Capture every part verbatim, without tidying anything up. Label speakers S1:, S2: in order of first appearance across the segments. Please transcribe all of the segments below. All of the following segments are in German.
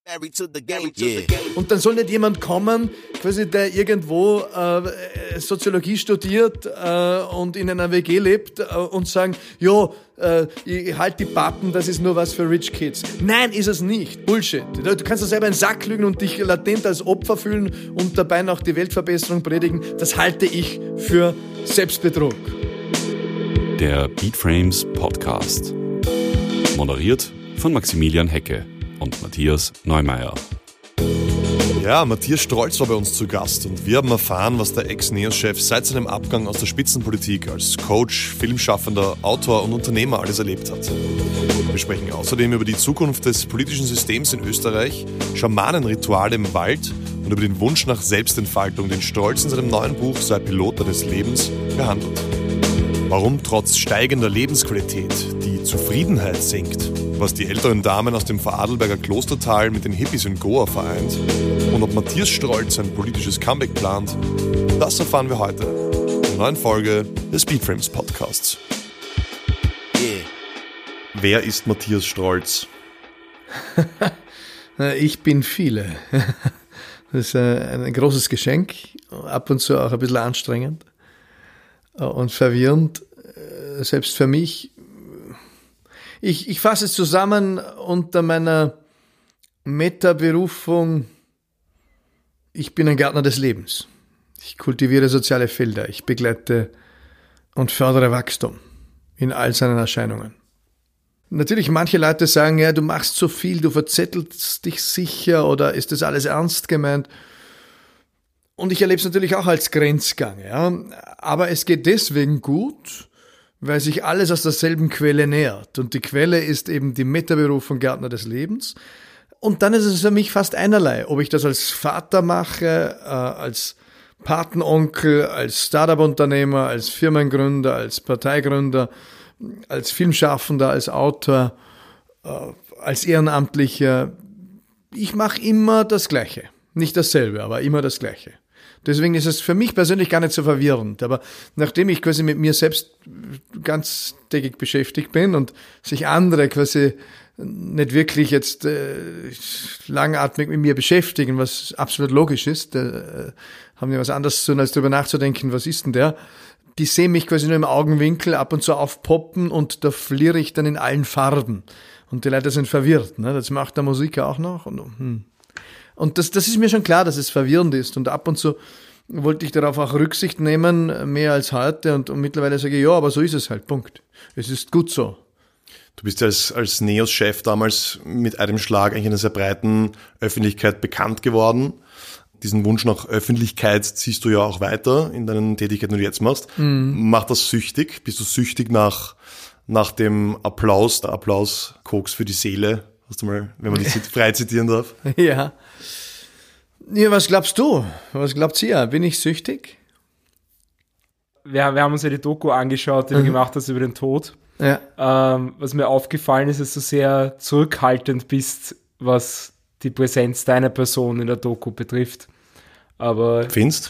S1: Und dann soll nicht jemand kommen, quasi, der irgendwo äh, Soziologie studiert äh, und in einer W G lebt äh, und sagen, jo, äh, ich halt die Pappen, das ist nur was für Rich Kids. Nein, ist es nicht. Bullshit. Du kannst dir selber einen Sack lügen und dich latent als Opfer fühlen und dabei noch die Weltverbesserung predigen. Das halte ich für Selbstbetrug.
S2: Der Beatframes Podcast. Moderiert von Maximilian Hecke und Matthias Neumeier.
S3: Ja, Matthias Strolz war bei uns zu Gast und wir haben erfahren, was der Ex-Neos-Chef seit seinem Abgang aus der Spitzenpolitik als Coach, Filmschaffender, Autor und Unternehmer alles erlebt hat. Wir sprechen außerdem über die Zukunft des politischen Systems in Österreich, Schamanenrituale im Wald und über den Wunsch nach Selbstentfaltung, den Strolz in seinem neuen Buch Sei Pilot deines Lebens behandelt. Warum trotz steigender Lebensqualität die Zufriedenheit sinkt, was die älteren Damen aus dem Vorarlberger Klostertal mit den Hippies in Goa vereint und ob Matthias Strolz ein politisches Comeback plant, das erfahren wir heute in der neuen Folge des Beatframes Podcasts. Yeah. Wer ist Matthias Strolz?
S1: Ich bin viele. Das ist ein großes Geschenk, ab und zu auch ein bisschen anstrengend und verwirrend, selbst für mich. Ich, ich fasse es zusammen unter meiner Meta-Berufung: Ich bin ein Gärtner des Lebens. Ich kultiviere soziale Felder. Ich begleite und fördere Wachstum in all seinen Erscheinungen. Natürlich, manche Leute sagen, ja, du machst so viel, du verzettelst dich sicher, oder ist das alles ernst gemeint? Und ich erlebe es natürlich auch als Grenzgang, ja. Aber es geht deswegen gut, weil sich alles aus derselben Quelle nährt. Und die Quelle ist eben die Meta-Berufung Gärtner des Lebens. Und dann ist es für mich fast einerlei, ob ich das als Vater mache, äh, als Patenonkel, als Startup-Unternehmer, als Firmengründer, als Parteigründer, als Filmschaffender, als Autor, äh, als Ehrenamtlicher. Ich mache immer das Gleiche. Nicht dasselbe, aber immer das Gleiche. Deswegen ist es für mich persönlich gar nicht so verwirrend. Aber nachdem ich quasi mit mir selbst ganztägig beschäftigt bin und sich andere quasi nicht wirklich jetzt äh, langatmig mit mir beschäftigen, was absolut logisch ist, äh, haben die was anderes zu tun, als darüber nachzudenken, was ist denn der? Die sehen mich quasi nur im Augenwinkel ab und zu aufpoppen und da flirre ich dann in allen Farben. Und die Leute sind verwirrt. Ne? Das macht der Musiker auch noch. Und, hm. Und das, das ist mir schon klar, dass es verwirrend ist. Und ab und zu wollte ich darauf auch Rücksicht nehmen, mehr als heute. Und, und mittlerweile sage ich, ja, aber so ist es halt, Punkt. Es ist gut so.
S3: Du bist ja als, als Neos-Chef damals mit einem Schlag eigentlich in einer sehr breiten Öffentlichkeit bekannt geworden. Diesen Wunsch nach Öffentlichkeit ziehst du ja auch weiter in deinen Tätigkeiten, die du jetzt machst. Mhm. Macht das süchtig? Bist du süchtig nach, nach dem Applaus, der Applaus, Koks für die Seele? Hast du mal, wenn man die frei zitieren darf?
S1: Ja. Ja, was glaubst du? Was glaubt ihr? Bin ich süchtig?
S4: Wir, wir haben uns ja die Doku angeschaut, die mhm. du gemacht hast über den Tod.
S1: Ja.
S4: Ähm, was mir aufgefallen ist, dass du sehr zurückhaltend bist, was die Präsenz deiner Person in der Doku betrifft. Aber
S3: findest?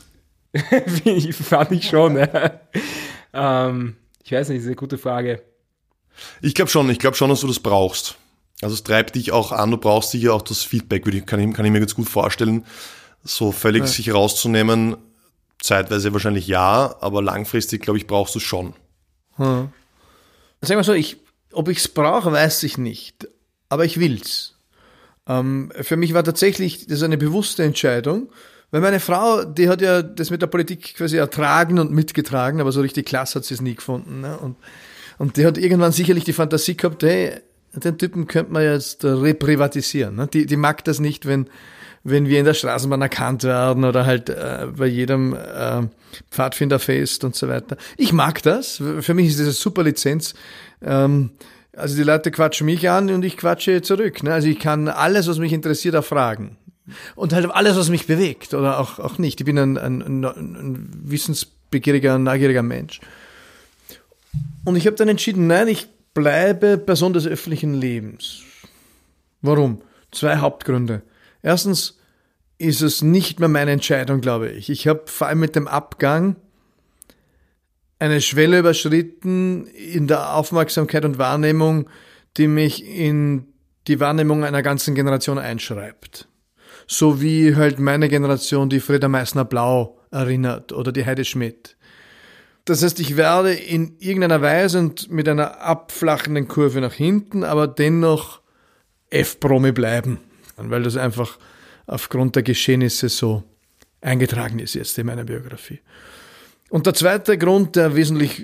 S4: Fand ich schon. Ja. ähm, ich weiß nicht, das ist eine gute Frage.
S3: Ich glaube schon, ich glaube schon, dass du das brauchst. Also es treibt dich auch an, du brauchst sicher auch das Feedback, würde ich, kann, ich, kann ich mir ganz gut vorstellen, so völlig ja. sich rauszunehmen, zeitweise wahrscheinlich ja, aber langfristig, glaube ich, brauchst du es schon.
S1: Hm. Sag mal so, ich, ob ich es brauche, weiß ich nicht, aber ich will's. Ähm, für mich war tatsächlich das eine bewusste Entscheidung, weil meine Frau, die hat ja das mit der Politik quasi ertragen und mitgetragen, aber so richtig klasse hat sie es nie gefunden. Ne? Und, und die hat irgendwann sicherlich die Fantasie gehabt, hey, den Typen könnte man jetzt reprivatisieren. Ne? Die, die mag das nicht, wenn, wenn wir in der Straßenbahn erkannt werden oder halt äh, bei jedem äh, Pfadfinderfest und so weiter. Ich mag das. Für mich ist das eine super Lizenz. Ähm, also die Leute quatschen mich an und ich quatsche zurück. Ne? Also ich kann alles, was mich interessiert, auch fragen. Und halt alles, was mich bewegt oder auch, auch nicht. Ich bin ein, ein, ein, ein wissensbegieriger, neugieriger Mensch. Und ich habe dann entschieden, nein, ich bleibe Person des öffentlichen Lebens. Warum? Zwei Hauptgründe. Erstens ist es nicht mehr meine Entscheidung, glaube ich. Ich habe vor allem mit dem Abgang eine Schwelle überschritten in der Aufmerksamkeit und Wahrnehmung, die mich in die Wahrnehmung einer ganzen Generation einschreibt. So wie halt meine Generation die Freda Meissner-Blau erinnert oder die Heide Schmidt. Das heißt, ich werde in irgendeiner Weise und mit einer abflachenden Kurve nach hinten, aber dennoch F-Promi bleiben, weil das einfach aufgrund der Geschehnisse so eingetragen ist jetzt in meiner Biografie. Und der zweite Grund, der wesentlich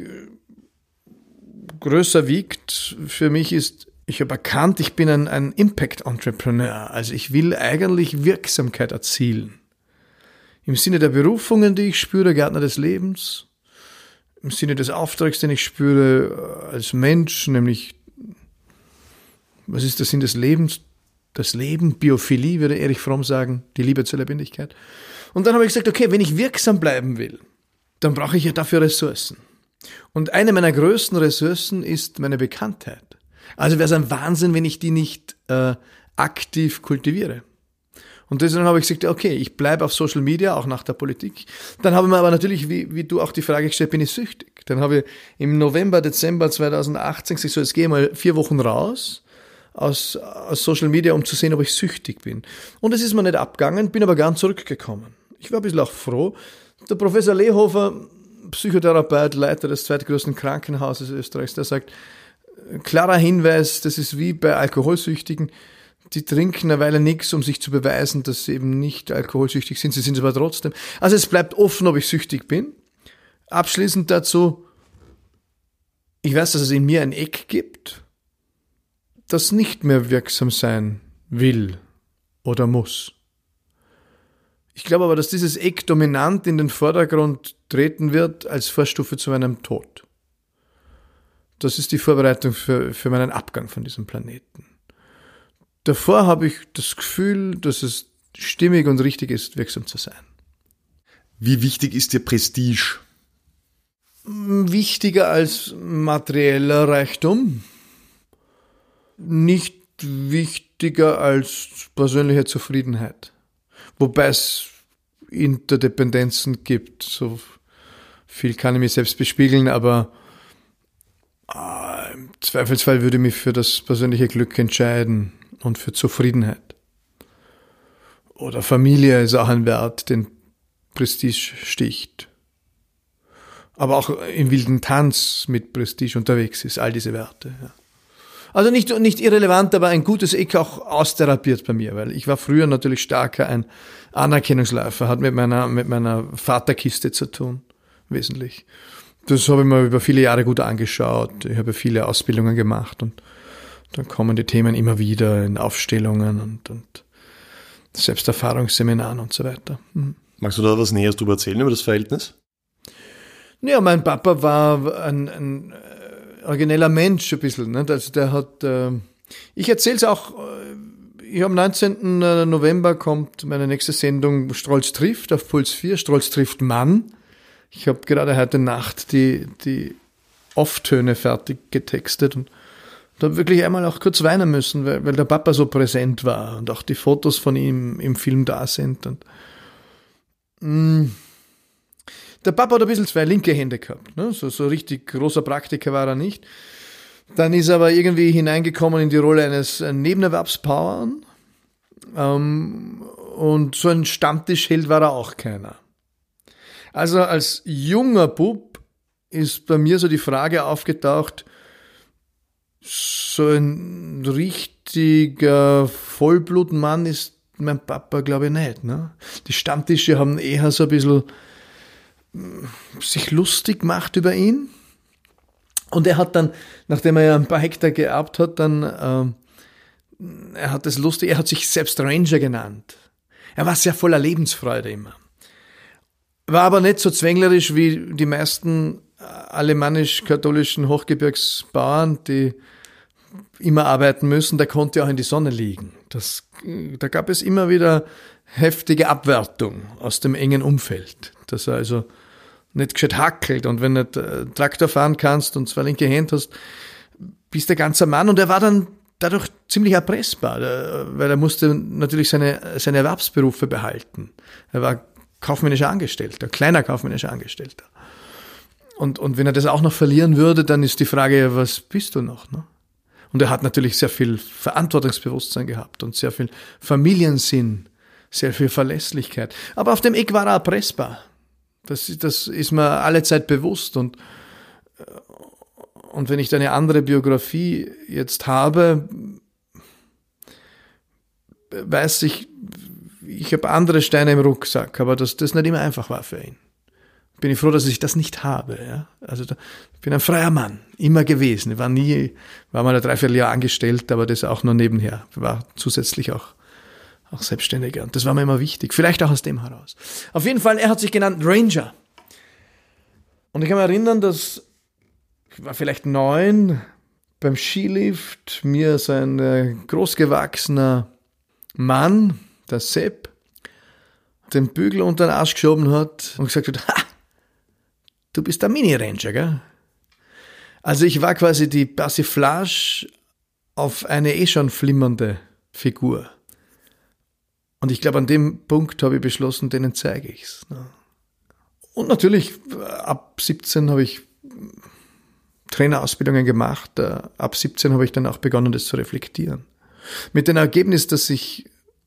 S1: größer wiegt für mich, ist, ich habe erkannt, ich bin ein, ein Impact-Entrepreneur. Also ich will eigentlich Wirksamkeit erzielen. Im Sinne der Berufungen, die ich spüre, Gärtner des Lebens, im Sinne des Auftrags, den ich spüre als Mensch, nämlich, was ist der Sinn des Lebens? Das Leben, Biophilie, würde Erich Fromm sagen, die Liebe zur Lebendigkeit. Und dann habe ich gesagt, okay, wenn ich wirksam bleiben will, dann brauche ich ja dafür Ressourcen. Und eine meiner größten Ressourcen ist meine Bekanntheit. Also wäre es ein Wahnsinn, wenn ich die nicht äh, aktiv kultiviere. Und deswegen habe ich gesagt, okay, ich bleibe auf Social Media, auch nach der Politik. Dann habe ich mir aber natürlich, wie, wie du auch die Frage gestellt, bin ich süchtig. Dann habe ich im November, Dezember zweitausendachtzehn gesagt, so, jetzt gehe ich mal vier Wochen raus aus, aus Social Media, um zu sehen, ob ich süchtig bin. Und es ist mir nicht abgegangen, bin aber gern zurückgekommen. Ich war ein bisschen auch froh. Der Professor Lehofer, Psychotherapeut, Leiter des zweitgrößten Krankenhauses Österreichs, der sagt, klarer Hinweis, das ist wie bei Alkoholsüchtigen, die trinken eine Weile nichts, um sich zu beweisen, dass sie eben nicht alkoholsüchtig sind, sie sind es aber trotzdem. Also es bleibt offen, ob ich süchtig bin. Abschließend dazu, ich weiß, dass es in mir ein Eck gibt, das nicht mehr wirksam sein will oder muss. Ich glaube aber, dass dieses Eck dominant in den Vordergrund treten wird als Vorstufe zu meinem Tod. Das ist die Vorbereitung für, für meinen Abgang von diesem Planeten. Davor habe ich das Gefühl, dass es stimmig und richtig ist, wirksam zu sein.
S3: Wie wichtig ist dir Prestige?
S1: Wichtiger als materieller Reichtum. Nicht wichtiger als persönliche Zufriedenheit. Wobei es Interdependenzen gibt. So viel kann ich mich selbst bespiegeln, aber äh, im Zweifelsfall würde ich mich für das persönliche Glück entscheiden und für Zufriedenheit. Oder Familie ist auch ein Wert, den Prestige sticht. Aber auch im wilden Tanz mit Prestige unterwegs ist, all diese Werte. Ja. Also nicht, nicht irrelevant, aber ein gutes Eck auch austherapiert bei mir, weil ich war früher natürlich stärker ein Anerkennungsläufer, hat mit meiner, mit meiner Vaterkiste zu tun, wesentlich. Das habe ich mir über viele Jahre gut angeschaut, ich habe viele Ausbildungen gemacht und dann kommen die Themen immer wieder in Aufstellungen und, und Selbsterfahrungsseminaren und so weiter. Mhm.
S3: Magst du da was Näheres drüber erzählen, über das Verhältnis?
S1: Ja, mein Papa war ein, ein origineller Mensch ein bisschen. Nicht? Also der hat, äh, ich erzähle es auch, äh, ich am neunzehnten November kommt meine nächste Sendung Strolz trifft auf Puls vier, Strolz trifft Mann. Ich habe gerade heute Nacht die, die Off-Töne fertig getextet und da wirklich einmal auch kurz weinen müssen, weil, weil der Papa so präsent war und auch die Fotos von ihm im Film da sind. Und, mh, der Papa hat ein bisschen zwei linke Hände gehabt, ne? so, so richtig großer Praktiker war er nicht. Dann ist er aber irgendwie hineingekommen in die Rolle eines Nebenerwerbsbauern ähm, und so ein Stammtischheld war er auch keiner. Also als junger Bub ist bei mir so die Frage aufgetaucht, so ein richtiger Vollblutmann ist mein Papa, glaube ich, nicht. Ne? Die Stammtische haben eher so ein bisschen sich lustig gemacht über ihn. Und er hat dann, nachdem er ja ein paar Hektar geerbt hat, dann, äh, er hat das lustig, er hat sich selbst Ranger genannt. Er war sehr voller Lebensfreude immer. War aber nicht so zwänglerisch wie die meisten alemannisch-katholischen Hochgebirgsbauern, die immer arbeiten müssen, der konnte auch in die Sonne liegen. Das, da gab es immer wieder heftige Abwertung aus dem engen Umfeld, dass er also nicht gescheit hackelt und wenn du nicht äh, Traktor fahren kannst und zwei linke Hände hast, bist der ganze Mann. Und er war dann dadurch ziemlich erpressbar, weil er musste natürlich seine, seine Erwerbsberufe behalten. Er war kaufmännischer Angestellter, kleiner kaufmännischer Angestellter. Und, und wenn er das auch noch verlieren würde, dann ist die Frage, was bist du noch? Ne? Und er hat natürlich sehr viel Verantwortungsbewusstsein gehabt und sehr viel Familiensinn, sehr viel Verlässlichkeit. Aber auf dem Eck war er erpressbar. Das, das ist mir alle Zeit bewusst. Und, und wenn ich da eine andere Biografie jetzt habe, weiß ich, ich habe andere Steine im Rucksack, aber dass das nicht immer einfach war für ihn. Bin ich froh, dass ich das nicht habe. Ja? Also da, ich bin ein freier Mann, immer gewesen. Ich war nie, war mal ein Dreivierteljahr angestellt, aber das auch nur nebenher. Ich war zusätzlich auch, auch Selbstständiger. Und das war mir immer wichtig. Vielleicht auch aus dem heraus. Auf jeden Fall, er hat sich genannt Ranger. Und ich kann mich erinnern, dass ich war vielleicht neun, beim Skilift mir so ein äh, großgewachsener Mann, der Sepp, den Bügel unter den Arsch geschoben hat und gesagt hat, ha, du bist der Mini-Ranger, gell? Also ich war quasi die Persiflage auf eine eh schon flimmernde Figur. Und ich glaube, an dem Punkt habe ich beschlossen, denen zeige ich's. Und natürlich, ab siebzehn habe ich Trainerausbildungen gemacht. Ab siebzehn habe ich dann auch begonnen, das zu reflektieren. Mit dem Ergebnis, dass ich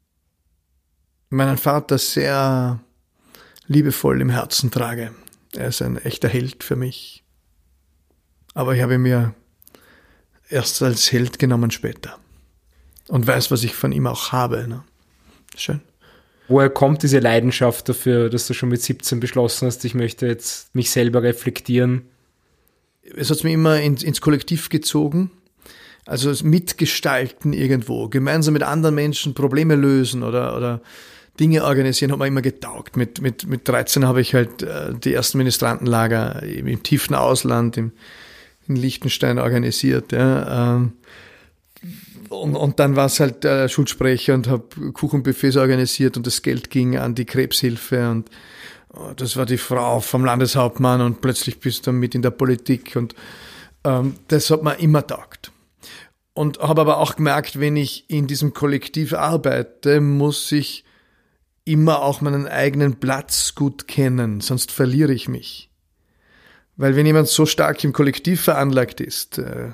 S1: meinen Vater sehr liebevoll im Herzen trage. Er ist ein echter Held für mich. Aber ich habe ihn mir erst als Held genommen später. Und weiß, was ich von ihm auch habe. Ne? Schön.
S4: Woher kommt diese Leidenschaft dafür, dass du schon mit siebzehn beschlossen hast, ich möchte jetzt mich selber reflektieren?
S1: Es hat mich immer ins, ins Kollektiv gezogen. Also mitgestalten irgendwo. Gemeinsam mit anderen Menschen Probleme lösen oder, oder Dinge organisieren, hat mir immer getaugt. Mit, mit, mit dreizehn habe ich halt äh, die ersten Ministrantenlager im, im tiefen Ausland, im, in Liechtenstein organisiert. Ja. Ähm, und, und dann war es halt äh, Schulsprecher und habe Kuchenbuffets organisiert und das Geld ging an die Krebshilfe und oh, das war die Frau vom Landeshauptmann und plötzlich bist du mit in der Politik und ähm, das hat mir immer taugt. Und habe aber auch gemerkt, wenn ich in diesem Kollektiv arbeite, muss ich immer auch meinen eigenen Platz gut kennen, sonst verliere ich mich. Weil wenn jemand so stark im Kollektiv veranlagt ist, äh,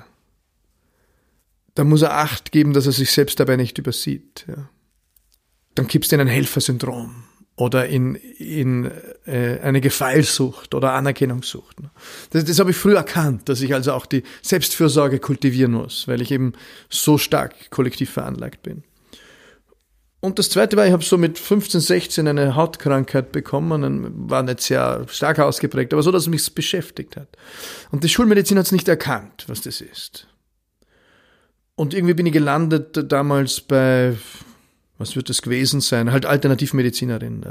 S1: dann muss er Acht geben, dass er sich selbst dabei nicht übersieht. Ja. Dann kippst du in ein Helfersyndrom oder in, in äh, eine Gefallsucht oder Anerkennungssucht. Das, das habe ich früh erkannt, dass ich also auch die Selbstfürsorge kultivieren muss, weil ich eben so stark kollektiv veranlagt bin. Und das Zweite war, ich habe so mit fünfzehn, sechzehn eine Hautkrankheit bekommen, und war nicht sehr stark ausgeprägt, aber so, dass es mich beschäftigt hat. Und die Schulmedizin hat es nicht erkannt, was das ist. Und irgendwie bin ich gelandet damals bei, was wird das gewesen sein, halt Alternativmedizinerin.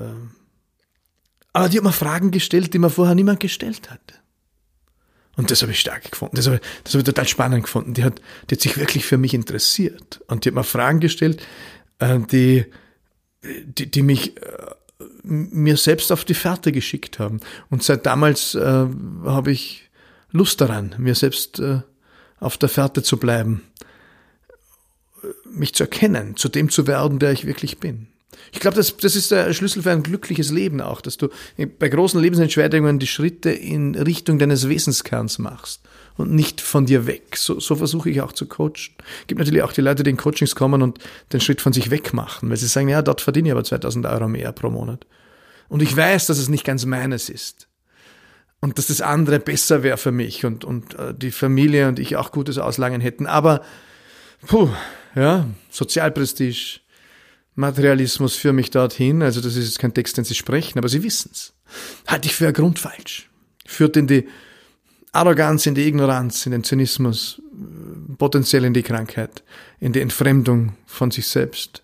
S1: Aber die hat mir Fragen gestellt, die mir vorher niemand gestellt hatte. Und das habe ich stark gefunden, das habe ich, das habe ich total spannend gefunden. Die hat, die hat sich wirklich für mich interessiert. Und die hat mir Fragen gestellt, die, die, die mich äh, mir selbst auf die Fährte geschickt haben. Und seit damals äh, habe ich Lust daran, mir selbst äh, auf der Fährte zu bleiben, mich zu erkennen, zu dem zu werden, der ich wirklich bin. Ich glaube, das, das ist der Schlüssel für ein glückliches Leben auch, dass du bei großen Lebensentscheidungen die Schritte in Richtung deines Wesenskerns machst und nicht von dir weg. So, so versuche ich auch zu coachen. Es gibt natürlich auch die Leute, die in Coachings kommen und den Schritt von sich weg machen, weil sie sagen, ja, dort verdiene ich aber zweitausend Euro mehr pro Monat. Und ich weiß, dass es nicht ganz meines ist. Und dass das andere besser wäre für mich und, und die Familie und ich auch Gutes auslangen hätten. Aber, puh, ja, Sozialprestige, Materialismus führt mich dorthin. Also das ist jetzt kein Text, den Sie sprechen, aber Sie wissen's. Halte ich für ein Grundfalsch. Führt in die Arroganz, in die Ignoranz, in den Zynismus, potenziell in die Krankheit, in die Entfremdung von sich selbst.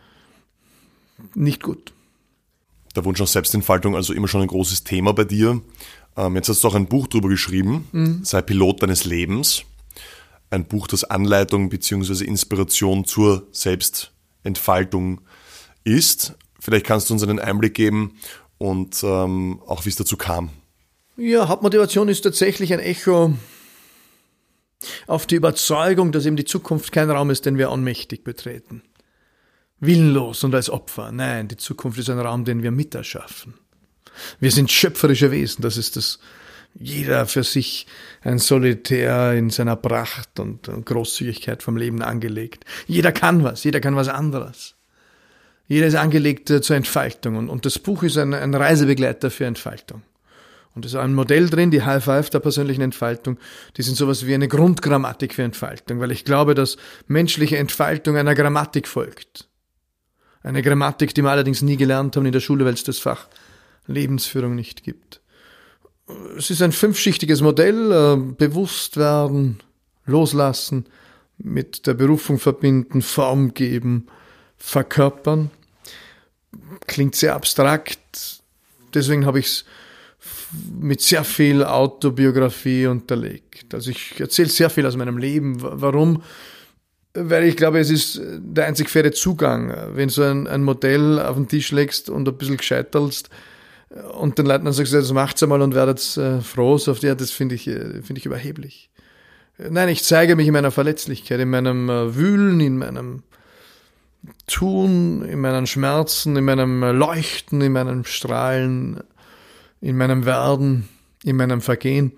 S1: Nicht gut.
S3: Der Wunsch nach Selbstentfaltung, also immer schon ein großes Thema bei dir. Ähm, jetzt hast du auch ein Buch drüber geschrieben, mhm. Sei Pilot deines Lebens. Ein Buch, das Anleitung bzw. Inspiration zur Selbstentfaltung ist. Vielleicht kannst du uns einen Einblick geben und ähm, auch, wie es dazu kam.
S1: Ja, Hauptmotivation ist tatsächlich ein Echo auf die Überzeugung, dass eben die Zukunft kein Raum ist, den wir ohnmächtig betreten. Willenlos und als Opfer. Nein, die Zukunft ist ein Raum, den wir miterschaffen. Wir sind schöpferische Wesen, das ist das Jeder für sich ein Solitär in seiner Pracht und Großzügigkeit vom Leben angelegt. Jeder kann was, jeder kann was anderes. Jeder ist angelegt äh, zur Entfaltung und, und das Buch ist ein, ein Reisebegleiter für Entfaltung. Und es ist ein Modell drin, die High Five der persönlichen Entfaltung, die sind sowas wie eine Grundgrammatik für Entfaltung, weil ich glaube, dass menschliche Entfaltung einer Grammatik folgt. Eine Grammatik, die wir allerdings nie gelernt haben in der Schule, weil es das Fach Lebensführung nicht gibt. Es ist ein fünfschichtiges Modell, äh, bewusst werden, loslassen, mit der Berufung verbinden, Form geben, verkörpern. Klingt sehr abstrakt, deswegen habe ich es mit sehr viel Autobiografie unterlegt. Also ich erzähle sehr viel aus meinem Leben. Warum? Weil ich glaube, es ist der einzig faire Zugang. Wenn du so ein, ein Modell auf den Tisch legst und ein bisschen gescheiterst und den Leuten dann sagst, das macht's einmal und werdet äh, froh, so auf die Art, das finde ich, finde ich überheblich. Nein, ich zeige mich in meiner Verletzlichkeit, in meinem äh, Wühlen, in meinem Tun, in meinen Schmerzen, in meinem Leuchten, in meinem Strahlen, in meinem Werden, in meinem Vergehen.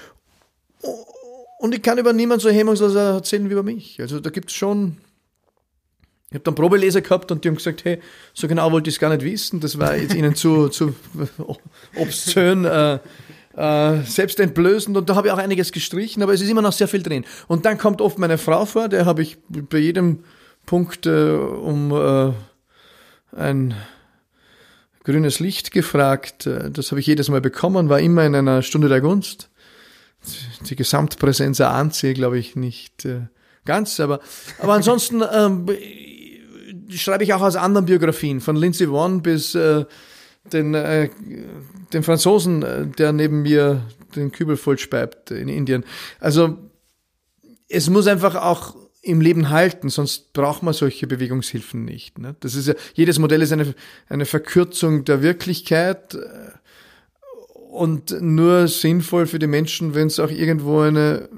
S1: Und ich kann über niemanden so hemmungslos erzählen wie über mich. Also da gibt es schon, ich habe dann Probeleser gehabt und die haben gesagt, hey, so genau wollte ich es gar nicht wissen, das war jetzt ihnen zu, zu obszön, äh, äh, selbstentblößend und da habe ich auch einiges gestrichen, aber es ist immer noch sehr viel drin. Und dann kommt oft meine Frau vor, der habe ich bei jedem Punkt äh, um äh, ein grünes Licht gefragt. Das habe ich jedes Mal bekommen, war immer in einer Stunde der Gunst. Die Gesamtpräsenz erahnt sie, glaube ich, nicht äh, ganz, aber, aber ansonsten ähm, schreibe ich auch aus anderen Biografien, von Lindsay Vonn bis äh, den, äh, den Franzosen, äh, der neben mir den Kübel voll speibt in Indien. Also es muss einfach auch im Leben halten, sonst braucht man solche Bewegungshilfen nicht. Ne? Das ist ja, jedes Modell ist eine, eine Verkürzung der Wirklichkeit und nur sinnvoll für die Menschen, wenn es auch irgendwo eine,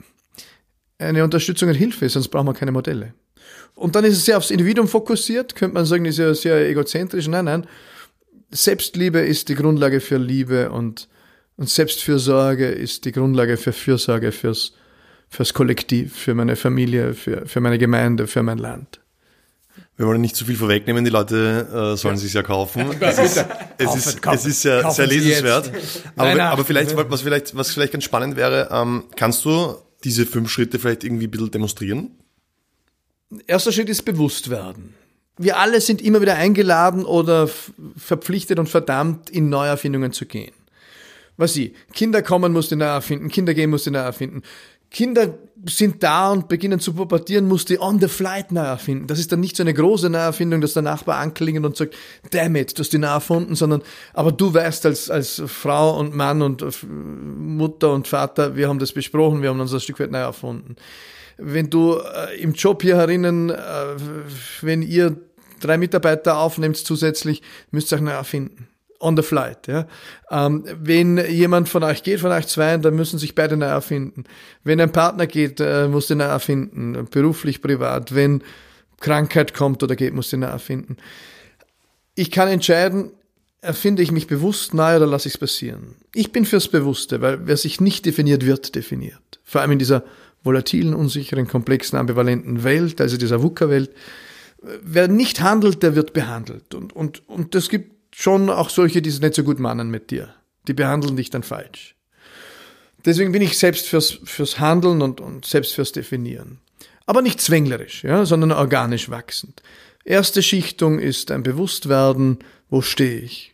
S1: eine Unterstützung und Hilfe ist, sonst braucht man keine Modelle. Und dann ist es sehr aufs Individuum fokussiert, könnte man sagen, ist ja sehr egozentrisch. Nein, nein. Selbstliebe ist die Grundlage für Liebe und, und Selbstfürsorge ist die Grundlage für Fürsorge fürs fürs Kollektiv, für meine Familie, für, für meine Gemeinde, für mein Land.
S3: Wir wollen nicht zu viel vorwegnehmen, die Leute äh, sollen ja. sich ja kaufen. Es ist, es ist, es ist sehr, sehr lesenswert. Aber, nein, nein. aber vielleicht, was vielleicht, was vielleicht ganz spannend wäre, ähm, kannst du diese fünf Schritte vielleicht irgendwie ein bisschen demonstrieren?
S1: Erster Schritt ist Bewusstwerden. Wir alle sind immer wieder eingeladen oder f- verpflichtet und verdammt, in Neuerfindungen zu gehen. Was ich, Kinder kommen, musst du neu erfinden, Kinder gehen, musst du neu erfinden. Kinder sind da und beginnen zu pubertieren, musst du on the flight neu erfinden. Das ist dann nicht so eine große Neuerfindung, dass der Nachbar anklingelt und sagt, damn it, du hast die neu erfunden, sondern, aber du weißt als, als Frau und Mann und Mutter und Vater, wir haben das besprochen, wir haben uns ein Stück weit neu erfunden. Wenn du äh, im Job hier herinnen, äh, wenn ihr drei Mitarbeiter aufnehmt zusätzlich, müsst ihr euch neu erfinden. On the flight, ja. Ähm, wenn jemand von euch geht, von euch zwei, dann müssen sich beide neu erfinden. Wenn ein Partner geht, äh, muss der neu erfinden, beruflich, privat. Wenn Krankheit kommt oder geht, muss der neu erfinden. Ich kann entscheiden, erfinde ich mich bewusst neu oder lasse ich es passieren. Ich bin fürs Bewusste, weil wer sich nicht definiert, wird definiert. Vor allem in dieser volatilen, unsicheren, komplexen, ambivalenten Welt, also dieser VUCA-Welt. Wer nicht handelt, der wird behandelt. Und, und, und das gibt schon auch solche, die es nicht so gut meinen mit dir. Die behandeln dich dann falsch. Deswegen bin ich selbst fürs, fürs Handeln und, und selbst fürs Definieren. Aber nicht zwänglerisch, ja, sondern organisch wachsend. Erste Schichtung ist ein Bewusstwerden, wo stehe ich?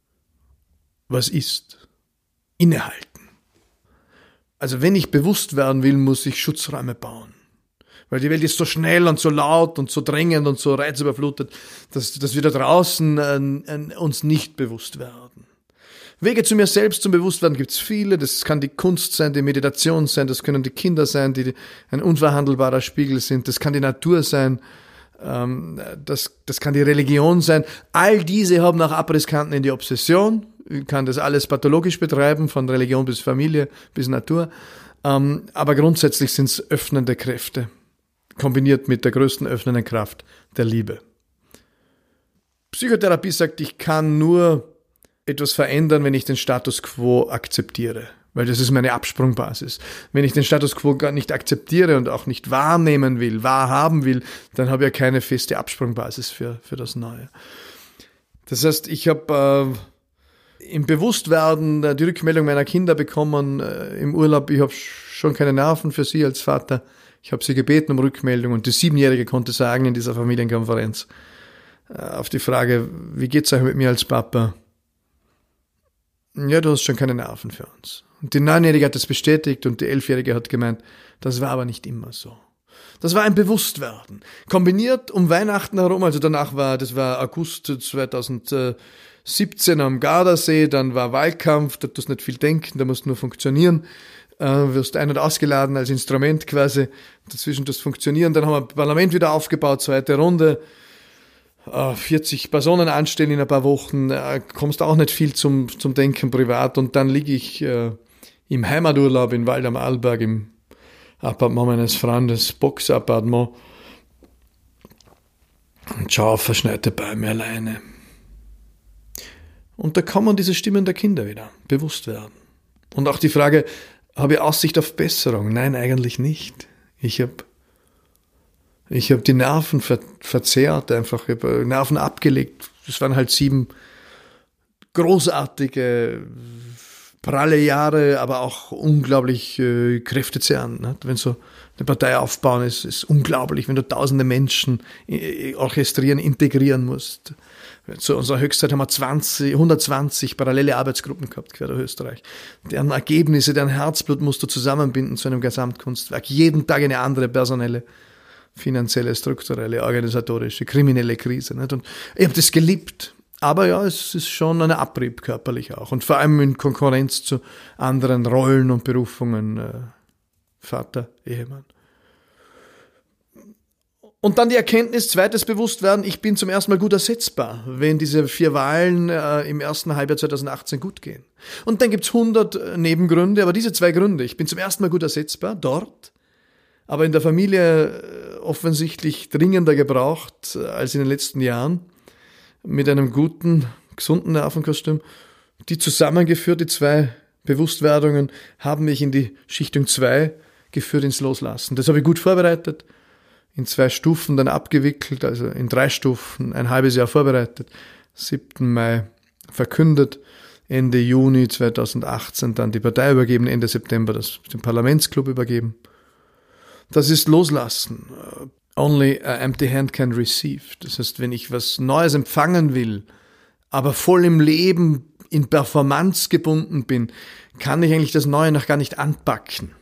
S1: Was ist? Innehalten. Also wenn ich bewusst werden will, muss ich Schutzräume bauen. Weil die Welt ist so schnell und so laut und so drängend und so reizüberflutet, dass, dass wir da draußen äh, äh, uns nicht bewusst werden. Wege zu mir selbst zum Bewusstwerden gibt's viele. Das kann die Kunst sein, die Meditation sein, das können die Kinder sein, die ein unverhandelbarer Spiegel sind. Das kann die Natur sein, ähm, das, das kann die Religion sein. All diese haben auch Abrisskanten in die Obsession. Ich kann das alles pathologisch betreiben, von Religion bis Familie bis Natur. Ähm, aber grundsätzlich sind's öffnende Kräfte, kombiniert mit der größten öffnenden Kraft der Liebe. Psychotherapie sagt, ich kann nur etwas verändern, wenn ich den Status quo akzeptiere. weil das ist meine Absprungbasis. Wenn ich den Status quo gar nicht akzeptiere und auch nicht wahrnehmen will, wahrhaben will, dann habe ich ja keine feste Absprungbasis für, für das Neue. Das heißt, ich habe äh, im Bewusstwerden äh, die Rückmeldung meiner Kinder bekommen äh, im Urlaub, ich habe schon keine Nerven für sie als Vater. Ich habe sie gebeten um Rückmeldung und die Siebenjährige konnte sagen in dieser Familienkonferenz äh, auf die Frage, wie geht's euch mit mir als Papa? Ja, du hast schon keine Nerven für uns. Und die Neunjährige hat das bestätigt und die Elfjährige hat gemeint, das war aber nicht immer so. Das war ein Bewusstwerden. Kombiniert um Weihnachten herum, also danach war, das war August zweitausendsiebzehn am Gardasee, dann war Wahlkampf, da tust nicht viel denken, da musst nur funktionieren, äh, wirst ein- und ausgeladen als Instrument quasi, dazwischen das Funktionieren, dann haben wir das Parlament wieder aufgebaut, zweite Runde, vierzig Personen anstellen in ein paar Wochen, äh, kommst auch nicht viel zum, zum Denken privat und dann liege ich äh, im Heimaturlaub in Wald am Arlberg im Appartement meines Freundes, Boxappartement und schaue auf verschneite Bäume alleine. Und da kommen diese Stimmen der Kinder wieder, bewusst werden. Und auch die Frage, habe ich Aussicht auf Besserung? Nein, eigentlich nicht. Ich habe Ich habe die Nerven ver- verzehrt, einfach ich hab Nerven abgelegt. Das waren halt sieben großartige, pralle Jahre, aber auch unglaublich äh, kräftezehrend. Ne? Wenn so eine Partei aufbauen, ist ist unglaublich, wenn du tausende Menschen äh, orchestrieren, integrieren musst. Zu unserer Höchstzeit haben wir zwanzig, hundertzwanzig parallele Arbeitsgruppen gehabt, quer durch Österreich. Deren Ergebnisse, deren Herzblut musst du zusammenbinden zu einem Gesamtkunstwerk. Jeden Tag eine andere personelle, finanzielle, strukturelle, organisatorische, kriminelle Krise. Nicht? Und ich habe das geliebt. Aber ja, es ist schon ein Abrieb körperlich auch. Und vor allem in Konkurrenz zu anderen Rollen und Berufungen. Äh, Vater, Ehemann. Und dann die Erkenntnis, zweites Bewusstwerden, ich bin zum ersten Mal gut ersetzbar, wenn diese vier Wahlen äh, im ersten Halbjahr zweitausendachtzehn gut gehen. Und dann gibt's hundert Nebengründe, aber diese zwei Gründe, ich bin zum ersten Mal gut ersetzbar, dort, aber in der Familie offensichtlich dringender gebraucht als in den letzten Jahren, mit einem guten, gesunden Nervenkostüm. Die zusammengeführt, die zwei Bewusstwerdungen, haben mich in die Schichtung zwei geführt, ins Loslassen. Das habe ich gut vorbereitet, in zwei Stufen dann abgewickelt, also in drei Stufen, ein halbes Jahr vorbereitet, siebten Mai verkündet, Ende Juni zweitausendachtzehn dann die Partei übergeben, Ende September das den Parlamentsclub übergeben. Das ist Loslassen. Only an empty hand can receive. Das heißt, wenn ich was Neues empfangen will, aber voll im Leben in Performance gebunden bin, kann ich eigentlich das Neue noch gar nicht anpacken.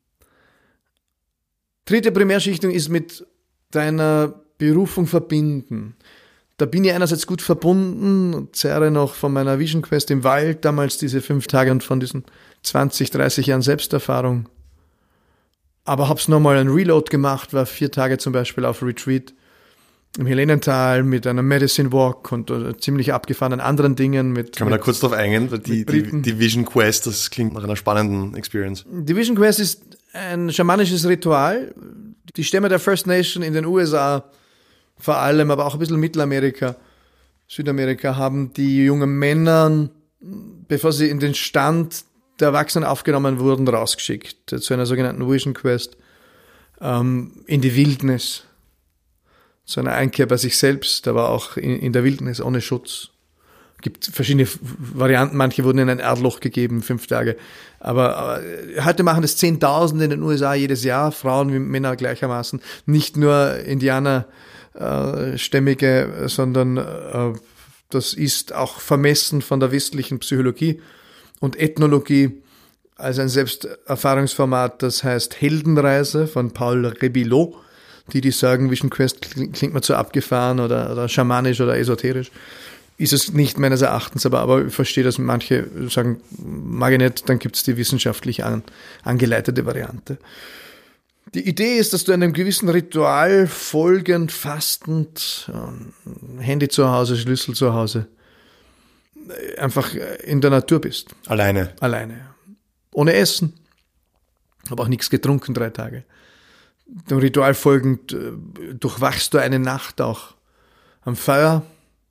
S1: Dritte Primärschichtung ist mit deiner Berufung verbinden. Da bin ich einerseits gut verbunden und zehre noch von meiner Vision Quest im Wald, damals diese fünf Tage und von diesen zwanzig, dreißig Jahren Selbsterfahrung. Aber hab's nochmal ein Reload gemacht, war vier Tage zum Beispiel auf Retreat im Helenental mit einem Medicine Walk und uh, ziemlich abgefahrenen anderen Dingen. Mit,
S3: Kann man
S1: mit,
S3: da kurz drauf eingehen? Die, die, die Vision Quest, das klingt nach einer spannenden Experience.
S1: Die Vision Quest ist ein schamanisches Ritual. Die Stämme der First Nation in den U S A vor allem, aber auch ein bisschen Mittelamerika, Südamerika, haben die jungen Männer, bevor sie in den Stand der Erwachsenen aufgenommen wurden, rausgeschickt zu einer sogenannten Vision Quest ähm, in die Wildnis, zu einer Einkehr bei sich selbst, aber auch in, in der Wildnis ohne Schutz. Es gibt verschiedene Varianten, manche wurden in ein Erdloch gegeben, fünf Tage. Aber, aber heute machen das Zehntausende in den U S A jedes Jahr, Frauen wie Männer gleichermaßen, nicht nur Indianerstämmige, äh, sondern äh, das ist auch vermessen von der westlichen Psychologie und Ethnologie als ein Selbsterfahrungsformat, das heißt Heldenreise von Paul Rebillot. Die, die sagen, Vision Quest klingt mir zu abgefahren oder, oder schamanisch oder esoterisch. Ist es nicht meines Erachtens, aber, aber ich verstehe, dass manche sagen, mag ich nicht, dann gibt es die wissenschaftlich an, angeleitete Variante. Die Idee ist, dass du einem gewissen Ritual folgend, fastend, Handy zu Hause, Schlüssel zu Hause, einfach in der Natur bist.
S3: Alleine.
S1: Alleine. Ohne Essen. Habe auch nichts getrunken, drei Tage. Dem Ritual folgend durchwachst du eine Nacht auch am Feuer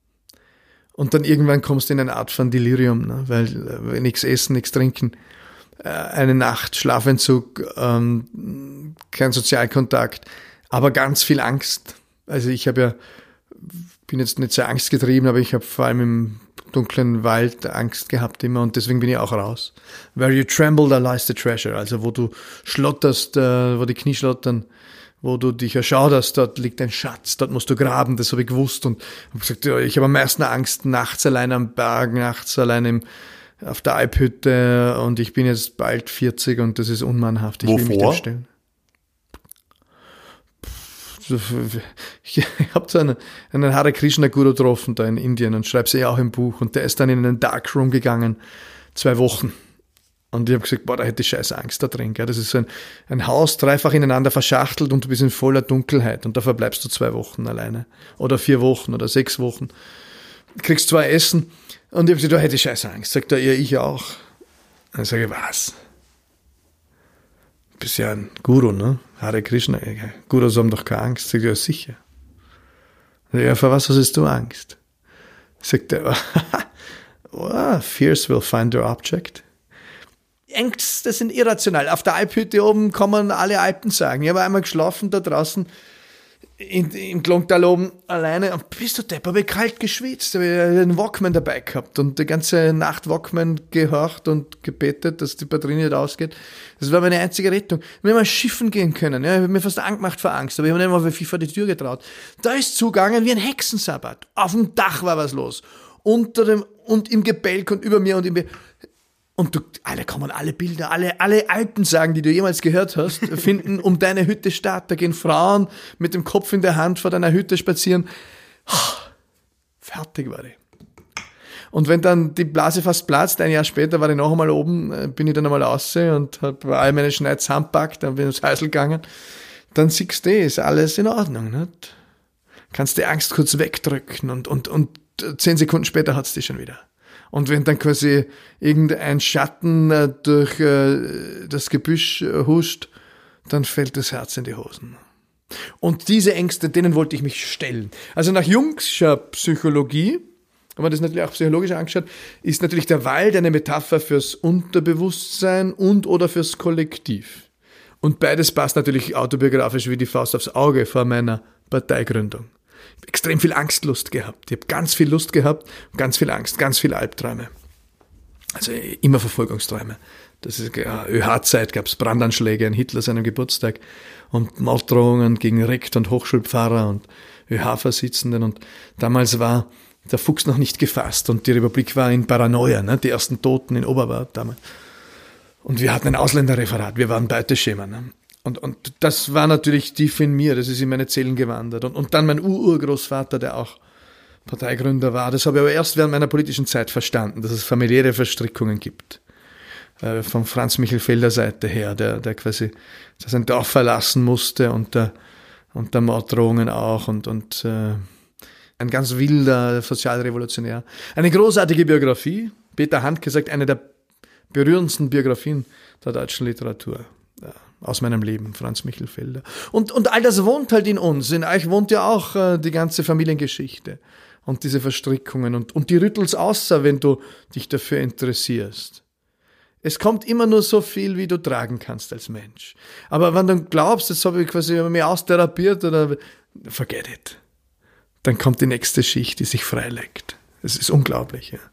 S1: und dann irgendwann kommst du in eine Art von Delirium, ne? Weil nichts essen, nichts trinken, äh, eine Nacht, Schlafentzug, ähm, kein Sozialkontakt, aber ganz viel Angst. Also ich habe ja, bin jetzt nicht sehr angstgetrieben, aber ich habe vor allem im dunklen Wald Angst gehabt immer und deswegen bin ich auch raus. Where you tremble, there lies the treasure. Also wo du schlotterst, äh, wo die Knie schlottern, wo du dich erschauderst, dort liegt ein Schatz, dort musst du graben, das habe ich gewusst und habe gesagt, ja, ich habe am meisten Angst nachts allein am Berg, nachts allein im, auf der Alphütte und ich bin jetzt bald vierzig und das ist unmannhaft. Ich
S3: Wovor?
S1: will mich dem stellen. Ich habe so einen, einen Hare Krishna Guru getroffen da in Indien und schreibe es ja auch im Buch und der ist dann in einen Darkroom gegangen, zwei Wochen. Und ich habe gesagt, boah, da hätte ich scheiß Angst da drin. Gell? Das ist so ein, ein Haus, dreifach ineinander verschachtelt und du bist in voller Dunkelheit und da verbleibst du zwei Wochen alleine. Oder vier Wochen oder sechs Wochen. Kriegst zwei Essen und ich habe gesagt, da hätte ich scheiß Angst. Sagt er, ja, ich auch. Und ich sage, was? Du bist ja ein Guru, ne? Hare Krishna. Gurus haben doch keine Angst. Sagt er, ja, sicher. Ja, vor was hast du Angst? Sagt er, oh, fears will find their object. Ängste sind irrational. Auf der Alphütte oben kann man alle Alpen sagen. Ich habe einmal geschlafen da draußen in, im Klongtal oben alleine und bist du depp, habe ich kalt geschwitzt, habe ich einen Walkman dabei gehabt und die ganze Nacht Walkman gehorcht und gebetet, dass die Batterie nicht ausgeht. Das war meine einzige Rettung. Ich hätte mal schiffen gehen können. Ja, ich habe mir fast angemacht vor Angst, aber ich habe nicht mal vor die Tür getraut. Da ist zugegangen wie ein Hexensabbat. Auf dem Dach war was los. Unter dem, und im Gebälk und über mir und im Be- Und du, alle kommen alle Bilder, alle, alle Alpensagen, die du jemals gehört hast, finden um deine Hütte statt. Da gehen Frauen mit dem Kopf in der Hand vor deiner Hütte spazieren. Fertig war ich. Und wenn dann die Blase fast platzt, ein Jahr später war ich noch einmal oben, bin ich dann einmal raus und habe all meine Schneid zusammengepackt, dann bin ich ins Häusl gegangen. Dann siehst du, ist alles in Ordnung. Nicht? Kannst die Angst kurz wegdrücken und, und, und zehn Sekunden später hat's die schon wieder. Und wenn dann quasi irgendein Schatten äh, durch äh, das Gebüsch äh, huscht, dann fällt das Herz in die Hosen. Und diese Ängste, denen wollte ich mich stellen. Also nach Jungscher Psychologie, wenn man das natürlich auch psychologisch angeschaut, ist natürlich der Wald eine Metapher fürs Unterbewusstsein und oder fürs Kollektiv. Und beides passt natürlich autobiografisch wie die Faust aufs Auge vor meiner Parteigründung. Ich habe extrem viel Angstlust gehabt. Ich habe ganz viel Lust gehabt, ganz viel Angst, ganz viele Albträume. Also immer Verfolgungsträume. Das ist ja, ÖH-Zeit, gab es Brandanschläge an Hitler seinem Geburtstag und Morddrohungen gegen Rekt- und Hochschulpfarrer und ÖH-Vorsitzenden. Und damals war der Fuchs noch nicht gefasst und die Republik war in Paranoia, ne? Die ersten Toten in Oberwart damals. Und wir hatten ein Ausländerreferat, wir waren Beuteschema. Ne? Und, und das war natürlich tief in mir, das ist in meine Zellen gewandert. Und, und dann mein Ururgroßvater, der auch Parteigründer war, das habe ich aber erst während meiner politischen Zeit verstanden, dass es familiäre Verstrickungen gibt. Äh, von Franz Michel Felder Seite her, der, der quasi sein Dorf verlassen musste unter, unter Morddrohungen auch und, und äh, ein ganz wilder Sozialrevolutionär. Eine großartige Biografie, Peter Handke sagt, eine der berührendsten Biografien der deutschen Literatur. Ja, aus meinem Leben, Franz Michel Felder. Und, und all das wohnt halt in uns. In euch wohnt ja auch äh, die ganze Familiengeschichte und diese Verstrickungen. Und, und die rüttelt's außer, wenn du dich dafür interessierst. Es kommt immer nur so viel, wie du tragen kannst als Mensch. Aber wenn du glaubst, jetzt habe ich quasi mich austherapiert oder forget it. Dann kommt die nächste Schicht, die sich freileckt. Es ist unglaublich. Ja.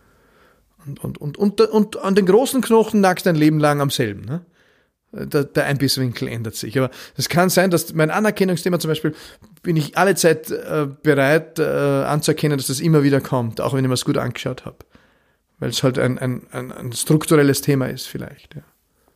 S1: Und, und, und, und, und an den großen Knochen nagst du dein Leben lang am selben. Ne? Der, der Einbisswinkel ändert sich. Aber es kann sein, dass mein Anerkennungsthema zum Beispiel, bin ich alle Zeit äh, bereit äh, anzuerkennen, dass das immer wieder kommt, auch wenn ich mir es gut angeschaut habe. Weil es halt ein, ein, ein, ein strukturelles Thema ist vielleicht. Ja.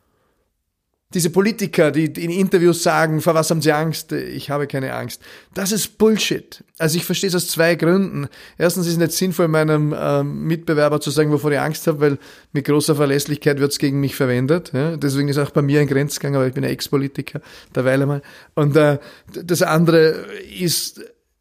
S1: Diese Politiker, die, die in Interviews sagen, vor was haben sie Angst? Ich habe keine Angst. Das ist Bullshit. Also ich verstehe es aus zwei Gründen. Erstens ist es nicht sinnvoll, meinem äh, Mitbewerber zu sagen, wovor ich Angst habe, weil mit großer Verlässlichkeit wird es gegen mich verwendet. Ja? Deswegen ist auch bei mir ein Grenzgang, aber ich bin ein Ex-Politiker, derweil einmal. Und äh, das andere ist,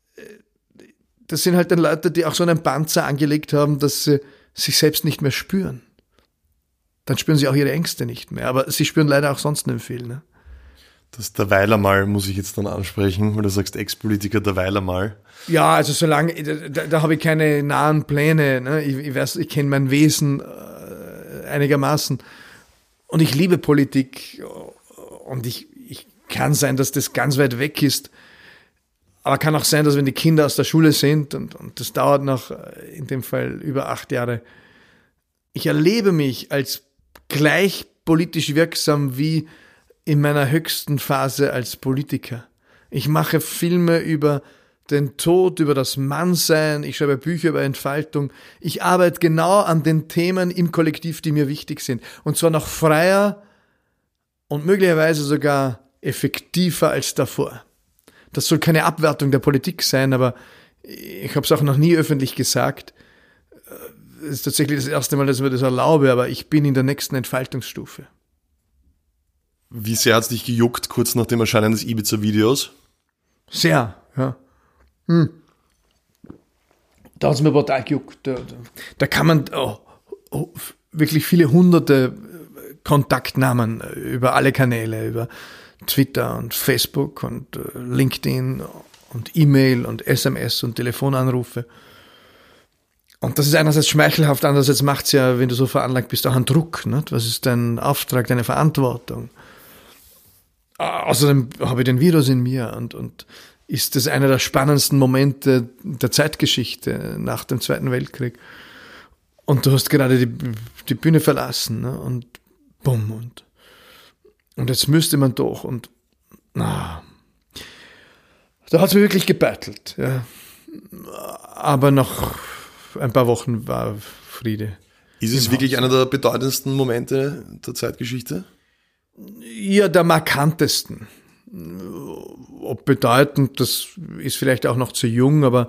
S1: das sind halt dann Leute, die auch so einen Panzer angelegt haben, dass sie sich selbst nicht mehr spüren. Dann spüren sie auch ihre Ängste nicht mehr. Aber sie spüren leider auch sonst nicht viel. Ne?
S3: Das derweil einmal muss ich jetzt dann ansprechen, weil du sagst Ex-Politiker derweil einmal.
S1: Ja, also solange, da, da habe ich keine nahen Pläne. Ne? Ich, ich weiß, ich kenne mein Wesen äh, einigermaßen. Und ich liebe Politik und ich, ich kann sein, dass das ganz weit weg ist, aber kann auch sein, dass wenn die Kinder aus der Schule sind und, und das dauert noch in dem Fall über acht Jahre, ich erlebe mich als gleich politisch wirksam wie in meiner höchsten Phase als Politiker. Ich mache Filme über den Tod, über das Mannsein, ich schreibe Bücher über Entfaltung. Ich arbeite genau an den Themen im Kollektiv, die mir wichtig sind. Und zwar noch freier und möglicherweise sogar effektiver als davor. Das soll keine Abwertung der Politik sein, aber ich habe es auch noch nie öffentlich gesagt. Es ist tatsächlich das erste Mal, dass ich mir das erlaube, aber ich bin in der nächsten Entfaltungsstufe.
S3: Wie sehr hat es dich gejuckt, kurz nach dem Erscheinen des Ibiza-Videos?
S1: Sehr, ja. Hm. Da hat es mir brutal gejuckt. Da, da kann man oh, oh, wirklich viele hunderte Kontaktnamen über alle Kanäle, über Twitter und Facebook und LinkedIn und E-Mail und S M S und Telefonanrufe. Und das ist einerseits schmeichelhaft, andererseits macht es ja, wenn du so veranlagt bist, auch einen Druck. Nicht? Was ist dein Auftrag, deine Verantwortung? Außerdem habe ich den Virus in mir und, und ist das einer der spannendsten Momente der Zeitgeschichte nach dem Zweiten Weltkrieg. Und du hast gerade die, die Bühne verlassen, ne? Und bumm, und, und jetzt müsste man doch und na, da hat es mir wirklich gebettelt. Ja. Aber nach ein paar Wochen war Friede.
S3: Ist es wirklich einer der bedeutendsten Momente der Zeitgeschichte?
S1: Ja, der markantesten. Ob bedeutend, das ist vielleicht auch noch zu jung, aber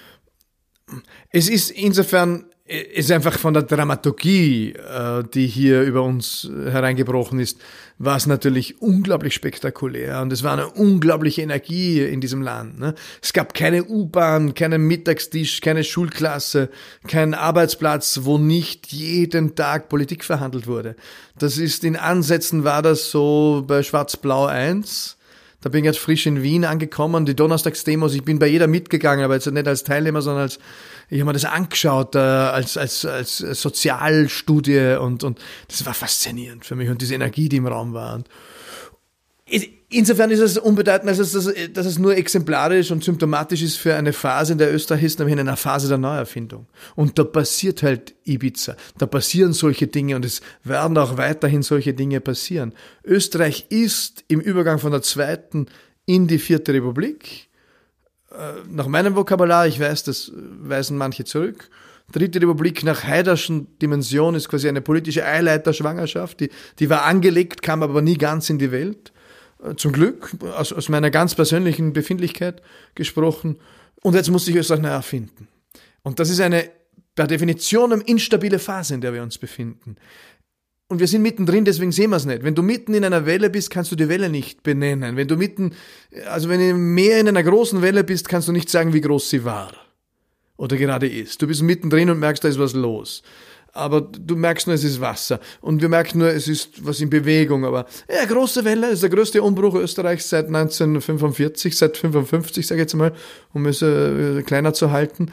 S1: es ist insofern, es ist einfach von der Dramaturgie, die hier über uns hereingebrochen ist, war es natürlich unglaublich spektakulär und es war eine unglaubliche Energie in diesem Land. Es gab keine U-Bahn, keinen Mittagstisch, keine Schulklasse, keinen Arbeitsplatz, wo nicht jeden Tag Politik verhandelt wurde. Das ist in Ansätzen war das so bei Schwarz-Blau eins. Da bin ich jetzt frisch in Wien angekommen, die Donnerstagsdemos, ich bin bei jeder mitgegangen, aber jetzt nicht als Teilnehmer, sondern als, ich habe mir das angeschaut, äh, als, als, als Sozialstudie und, und das war faszinierend für mich und diese Energie, die im Raum war. Und insofern ist es unbedeutend, als es, dass es nur exemplarisch und symptomatisch ist für eine Phase, in der Österreich ist, nämlich in einer Phase der Neuerfindung. Und da passiert halt Ibiza, da passieren solche Dinge und es werden auch weiterhin solche Dinge passieren. Österreich ist im Übergang von der zweiten in die vierte Republik, nach meinem Vokabular, ich weiß, das weisen manche zurück, Dritte Republik nach Haiderschen Dimension ist quasi eine politische Eileiterschwangerschaft, die, die war angelegt, kam aber nie ganz in die Welt. Zum Glück, aus, aus meiner ganz persönlichen Befindlichkeit gesprochen. Und jetzt muss sich Österreich neu erfinden. Und das ist eine per Definition eine instabile Phase, in der wir uns befinden. Und wir sind mittendrin, deswegen sehen wir es nicht. Wenn du mitten in einer Welle bist, kannst du die Welle nicht benennen. Wenn du mitten, also wenn du mehr in einer großen Welle bist, kannst du nicht sagen, wie groß sie war. Oder gerade ist. Du bist mittendrin und merkst, da ist was los. Aber du merkst nur, es ist Wasser. Und wir merken nur, es ist was in Bewegung. Aber ja, große Welle, das ist der größte Umbruch Österreichs seit neunzehnhundertfünfundvierzig, seit fünfundfünfzig, sage ich jetzt mal, um es äh, kleiner zu halten.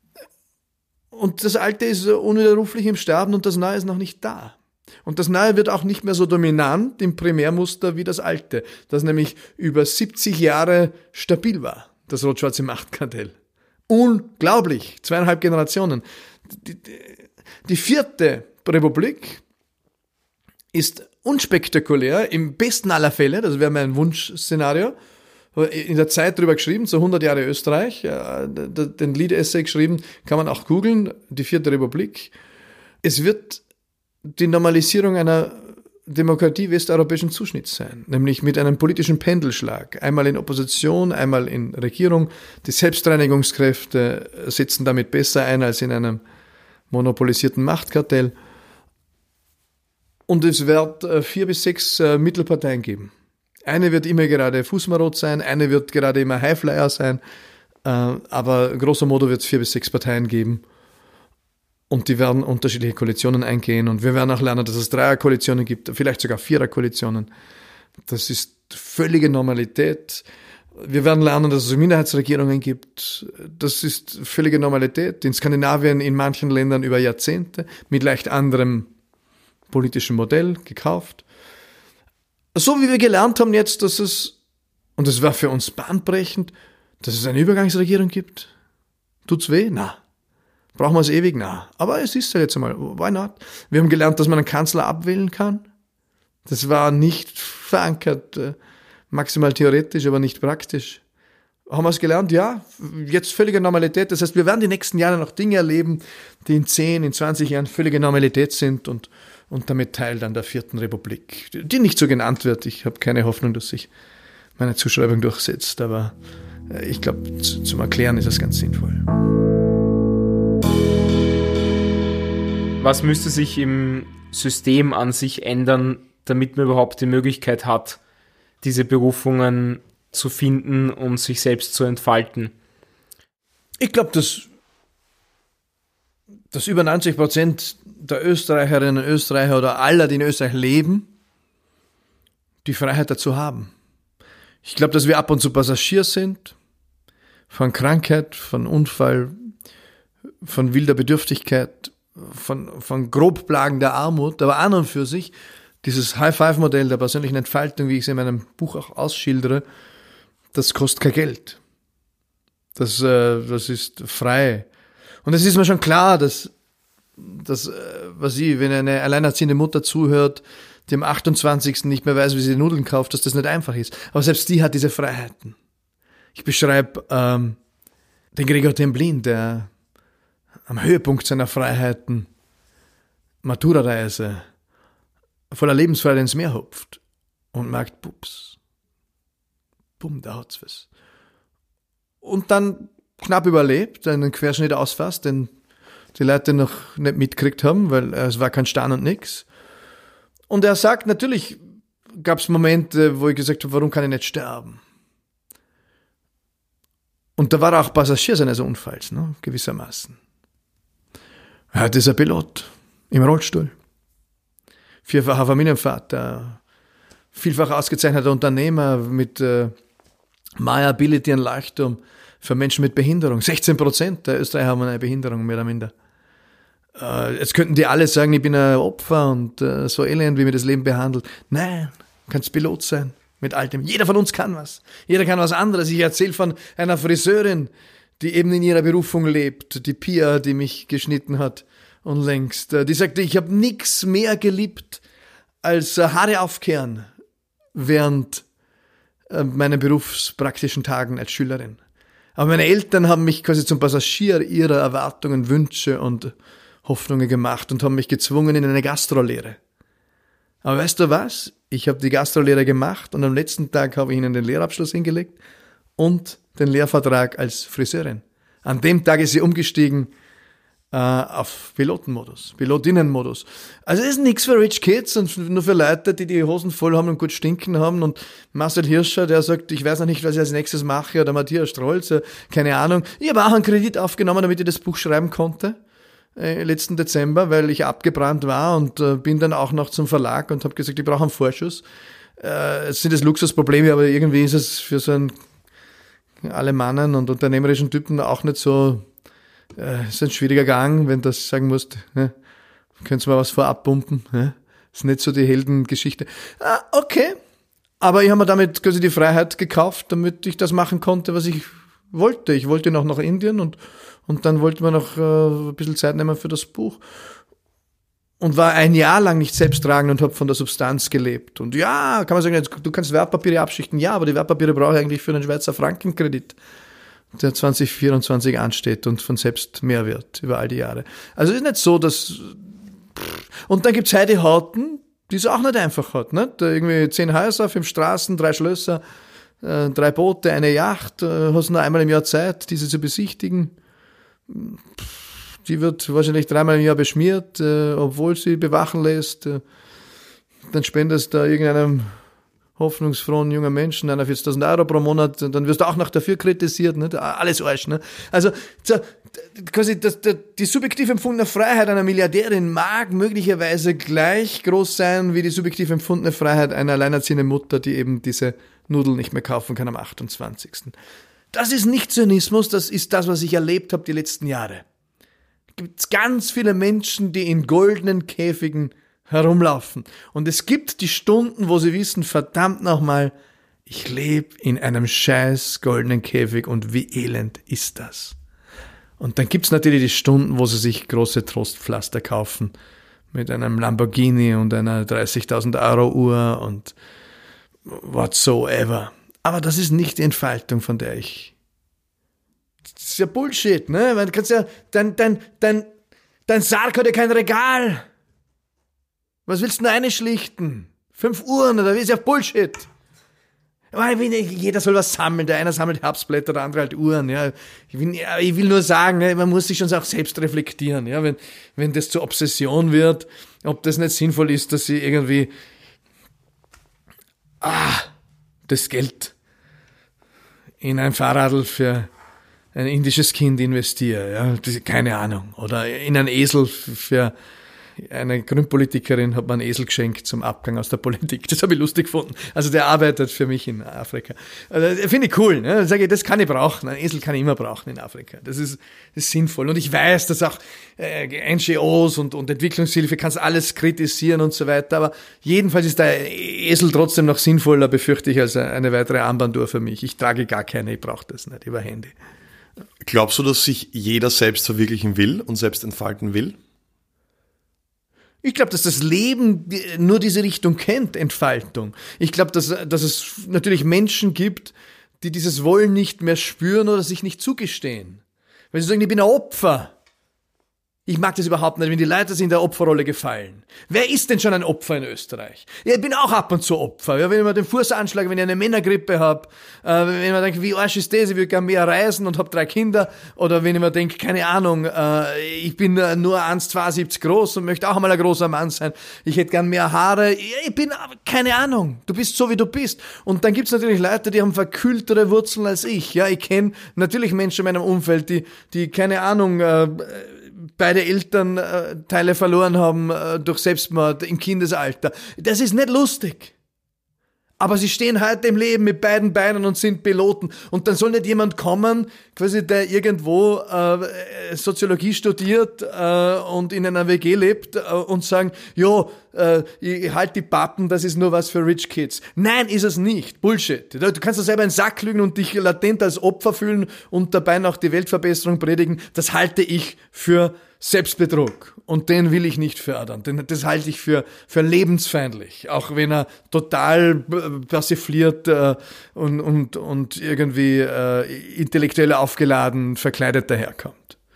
S1: Und das Alte ist unwiderruflich im Sterben und das Neue ist noch nicht da. Und das Neue wird auch nicht mehr so dominant im Primärmuster wie das Alte, das nämlich über siebzig Jahre stabil war, das rot-schwarze Machtkartell. Unglaublich, zweieinhalb Generationen. Die, die, die vierte Republik ist unspektakulär, im besten aller Fälle, das wäre mein Wunschszenario, in der Zeit drüber geschrieben, so hundert Jahre Österreich, den Lead-Essay geschrieben, kann man auch googeln, die vierte Republik. Es wird die Normalisierung einer Demokratie westeuropäischen Zuschnitts sein, nämlich mit einem politischen Pendelschlag. Einmal in Opposition, einmal in Regierung. Die Selbstreinigungskräfte setzen damit besser ein als in einem monopolisierten Machtkartell. Und es wird vier bis sechs Mittelparteien geben. Eine wird immer gerade Fußmarot sein, eine wird gerade immer Highflyer sein, aber grosso modo wird es vier bis sechs Parteien geben. Und die werden unterschiedliche Koalitionen eingehen. Und wir werden auch lernen, dass es Dreierkoalitionen gibt, vielleicht sogar Viererkoalitionen. Das ist völlige Normalität. Wir werden lernen, dass es Minderheitsregierungen gibt. Das ist völlige Normalität. In Skandinavien, in manchen Ländern über Jahrzehnte, mit leicht anderem politischen Modell gekauft. So wie wir gelernt haben jetzt, dass es, und das war für uns bahnbrechend, dass es eine Übergangsregierung gibt. Tut's weh? Na. Brauchen wir es ewig? Na. Aber es ist ja jetzt einmal, why not? Wir haben gelernt, dass man einen Kanzler abwählen kann. Das war nicht verankert, maximal theoretisch, aber nicht praktisch. Haben wir es gelernt? Ja, jetzt völlige Normalität. Das heißt, wir werden die nächsten Jahre noch Dinge erleben, die in zehn, in zwanzig Jahren völlige Normalität sind und, und damit Teil dann der vierten Republik, die nicht so genannt wird. Ich habe keine Hoffnung, dass sich meine Zuschreibung durchsetzt, aber ich glaube, zum Erklären ist es ganz sinnvoll.
S4: Was müsste sich im System an sich ändern, damit man überhaupt die Möglichkeit hat, diese Berufungen zu finden und sich selbst zu entfalten?
S1: Ich glaube, dass, dass über neunzig Prozent der Österreicherinnen und Österreicher oder aller, die in Österreich leben, die Freiheit dazu haben. Ich glaube, dass wir ab und zu Passagier sind, von Krankheit, von Unfall, von wilder Bedürftigkeit, von, von Grobplagen der Armut, aber an und für sich dieses High-Five-Modell der persönlichen Entfaltung, wie ich es in meinem Buch auch ausschildere, das kostet kein Geld. Das, äh, das ist frei. Und es ist mir schon klar, dass, dass äh, was ich, wenn eine alleinerziehende Mutter zuhört, die am achtundzwanzigsten nicht mehr weiß, wie sie Nudeln kauft, dass das nicht einfach ist. Aber selbst die hat diese Freiheiten. Ich beschreibe ähm, den Gregor Temblin, der am Höhepunkt seiner Freiheiten, Matura-Reise, voller Lebensfreude ins Meer hupft und merkt, pups, bumm, da hat's was. Und dann knapp überlebt, einen Querschnitt ausfasst, den die Leute noch nicht mitgekriegt haben, weil es war kein Stern und nix. Und er sagt, natürlich gab es Momente, wo ich gesagt habe, warum kann ich nicht sterben? Und da war er auch Passagier seines Unfalls, ne, gewissermaßen. Er ist ein Pilot im Rollstuhl. Vierfacher Familienvater, vielfach ausgezeichneter Unternehmer mit äh, My Ability und Leuchtturm für Menschen mit Behinderung. sechzehn Prozent der Österreicher haben eine Behinderung, mehr oder minder. Äh, jetzt könnten die alle sagen, ich bin ein Opfer und äh, so elend, wie mir das Leben behandelt. Nein, du kannst Pilot sein mit all dem. Jeder von uns kann was. Jeder kann was anderes. Ich erzähle von einer Friseurin, die eben in ihrer Berufung lebt, die Pia, die mich geschnitten hat unlängst. Die sagte, ich habe nichts mehr geliebt als Haare aufkehren während meinen berufspraktischen Tagen als Schülerin. Aber meine Eltern haben mich quasi zum Passagier ihrer Erwartungen, Wünsche und Hoffnungen gemacht und haben mich gezwungen in eine Gastrolehre. Aber weißt du was? Ich habe die Gastrolehre gemacht und am letzten Tag habe ich ihnen den Lehrabschluss hingelegt und den Lehrvertrag als Friseurin. An dem Tag ist sie umgestiegen äh, auf Pilotenmodus, Pilotinnenmodus. Also es ist nichts für Rich Kids und nur für Leute, die die Hosen voll haben und gut stinken haben. Und Marcel Hirscher, der sagt, ich weiß noch nicht, was ich als nächstes mache, oder Matthias Strolz, keine Ahnung. Ich habe auch einen Kredit aufgenommen, damit ich das Buch schreiben konnte, äh, letzten Dezember, weil ich abgebrannt war und äh, bin dann auch noch zum Verlag und habe gesagt, ich brauche einen Vorschuss. Äh, es sind das Luxusprobleme, aber irgendwie ist es für so einen Alemannen und unternehmerischen Typen auch nicht so, äh, ist ein schwieriger Gang, wenn du das sagen musst, ne? Könntest du mal was vorab pumpen, ne? Ist nicht so die Heldengeschichte. Ah, okay, aber ich habe mir damit quasi die Freiheit gekauft, damit ich das machen konnte, was ich wollte. Ich wollte noch nach Indien und, und dann wollte man noch äh, ein bisschen Zeit nehmen für das Buch. Und war ein Jahr lang nicht selbsttragend und habe von der Substanz gelebt. Und ja, kann man sagen, du kannst Wertpapiere abschichten. Ja, aber die Wertpapiere brauche ich eigentlich für einen Schweizer Frankenkredit, der zwanzig vierundzwanzig ansteht und von selbst mehr wird über all die Jahre. Also es ist nicht so, dass... Und dann gibt's Heidi Hauten, die es auch nicht einfach hat. Ne? Da irgendwie zehn Häuser, fünf Straßen, drei Schlösser, äh, drei Boote, eine Yacht. Äh, hast nur einmal im Jahr Zeit, diese zu besichtigen. Die wird wahrscheinlich dreimal im Jahr beschmiert, äh, obwohl sie bewachen lässt. Äh, dann spendest du da irgendeinem hoffnungsfrohen jungen Menschen einer vierzigtausend Euro pro Monat, dann wirst du auch noch dafür kritisiert. Ne? Alles Arsch. Ne? Also so, quasi das, das, die subjektiv empfundene Freiheit einer Milliardärin mag möglicherweise gleich groß sein wie die subjektiv empfundene Freiheit einer alleinerziehenden Mutter, die eben diese Nudeln nicht mehr kaufen kann am achtundzwanzigsten Das ist nicht Zynismus, das ist das, was ich erlebt habe die letzten Jahre. Es gibt ganz viele Menschen, die in goldenen Käfigen herumlaufen. Und es gibt die Stunden, wo sie wissen, verdammt nochmal, ich lebe in einem scheiß goldenen Käfig und wie elend ist das? Und dann gibt's natürlich die Stunden, wo sie sich große Trostpflaster kaufen mit einem Lamborghini und einer dreißigtausend Euro Uhr und whatsoever. Aber das ist nicht die Entfaltung, von der ich... Das ist ja Bullshit, ne? Weil du kannst ja... Dein, dein, dein, dein Sarg hat ja kein Regal. Was willst du denn einschlichten? Fünf Uhren oder wie? Ist ja Bullshit. Jeder soll was sammeln. Der eine sammelt Herbstblätter, der andere halt Uhren. Ja. Ich, will, ich will nur sagen, man muss sich schon auch selbst reflektieren. Ja. Wenn, wenn das zur Obsession wird, ob das nicht sinnvoll ist, dass ich irgendwie ah, das Geld in ein Fahrradl für ein indisches Kind investiere. Ja. Das, keine Ahnung. Oder in einen Esel für... Eine Grünpolitikerin hat mir einen Esel geschenkt zum Abgang aus der Politik. Das habe ich lustig gefunden. Also der arbeitet für mich in Afrika. Also, finde ich cool. Ne? Sage ich, das kann ich brauchen. Ein Esel kann ich immer brauchen in Afrika. Das ist, das ist sinnvoll. Und ich weiß, dass auch äh, N G Os und, und Entwicklungshilfe kannst alles kritisieren und so weiter. Aber jedenfalls ist der Esel trotzdem noch sinnvoller, befürchte ich, als eine weitere Armbanduhr für mich. Ich trage gar keine, ich brauche das nicht über Handy.
S3: Glaubst du, dass sich jeder selbst verwirklichen will und selbst entfalten will?
S1: Ich glaube, dass das Leben nur diese Richtung kennt, Entfaltung. Ich glaube, dass, dass es natürlich Menschen gibt, die dieses Wollen nicht mehr spüren oder sich nicht zugestehen. Weil sie sagen, ich bin ein Opfer. Ich mag das überhaupt nicht, wenn die Leute sich in der Opferrolle gefallen. Wer ist denn schon ein Opfer in Österreich? Ja, ich bin auch ab und zu Opfer. Ja, wenn ich mir den Fuß anschlage, wenn ich eine Männergrippe habe, äh, wenn ich mir denke, wie arsch ist das, ich würde gerne mehr reisen und habe drei Kinder. Oder wenn ich mir denke, keine Ahnung, äh, ich bin nur eins Komma zweiundsiebzig groß und möchte auch einmal ein großer Mann sein. Ich hätte gern mehr Haare. Ich bin, keine Ahnung, du bist so, wie du bist. Und dann gibt's natürlich Leute, die haben verkühltere Wurzeln als ich. Ja, ich kenne natürlich Menschen in meinem Umfeld, die, die keine Ahnung... Äh, beide Elternteile verloren haben äh, durch Selbstmord im Kindesalter. Das ist nicht lustig. Aber sie stehen heute im Leben mit beiden Beinen und sind Piloten. Und dann soll nicht jemand kommen, quasi der irgendwo äh, Soziologie studiert äh, und in einer W G lebt äh, und sagen, jo, äh, ich halt die Pappen, das ist nur was für Rich Kids. Nein, ist es nicht. Bullshit. Du kannst dir selber in den Sack lügen und dich latent als Opfer fühlen und dabei noch die Weltverbesserung predigen. Das halte ich für Selbstbetrug. Und den will ich nicht fördern. Den, das halte ich für, für lebensfeindlich. Auch wenn er total persifliert äh, und, und, und irgendwie äh, intellektuell aufgeladen, verkleidet daherkommt.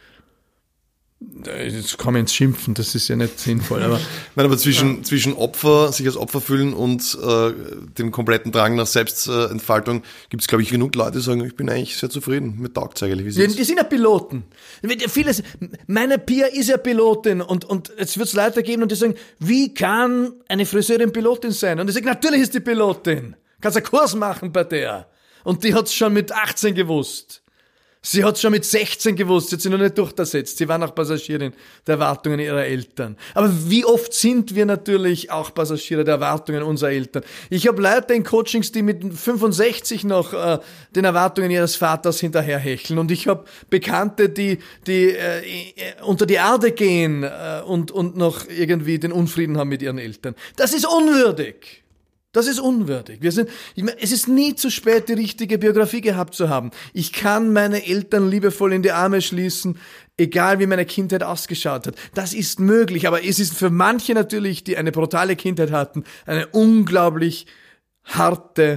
S1: Jetzt kann man ins Schimpfen, das ist ja nicht sinnvoll. Aber,
S3: Nein, aber zwischen, ja. zwischen Opfer, sich als Opfer fühlen und äh, dem kompletten Drang nach Selbstentfaltung gibt es, glaube ich, genug Leute, die sagen, ich bin eigentlich sehr zufrieden mit taugt eigentlich.
S1: Die, die sind ja Piloten. Vieles, meine Pia ist ja Pilotin und, und jetzt wird es Leute geben und die sagen, wie kann eine Friseurin Pilotin sein? Und ich sage, natürlich ist die Pilotin. Kannst einen Kurs machen bei der. Und die hat es schon mit achtzehn gewusst. Sie hat schon mit sechzehn gewusst, sie hat sich noch nicht durchgesetzt. Sie war noch Passagierin der Erwartungen ihrer Eltern. Aber wie oft sind wir natürlich auch Passagiere der Erwartungen unserer Eltern? Ich habe Leute in Coachings, die mit fünfundsechzig noch äh, den Erwartungen ihres Vaters hinterherhecheln. Und ich habe Bekannte, die, die äh, unter die Erde gehen äh, und, und noch irgendwie den Unfrieden haben mit ihren Eltern. Das ist unwürdig. Das ist unwürdig. Wir sind, ich meine, es ist nie zu spät, die richtige Biografie gehabt zu haben. Ich kann meine Eltern liebevoll in die Arme schließen, egal wie meine Kindheit ausgeschaut hat. Das ist möglich, aber es ist für manche natürlich, die eine brutale Kindheit hatten, eine unglaublich harte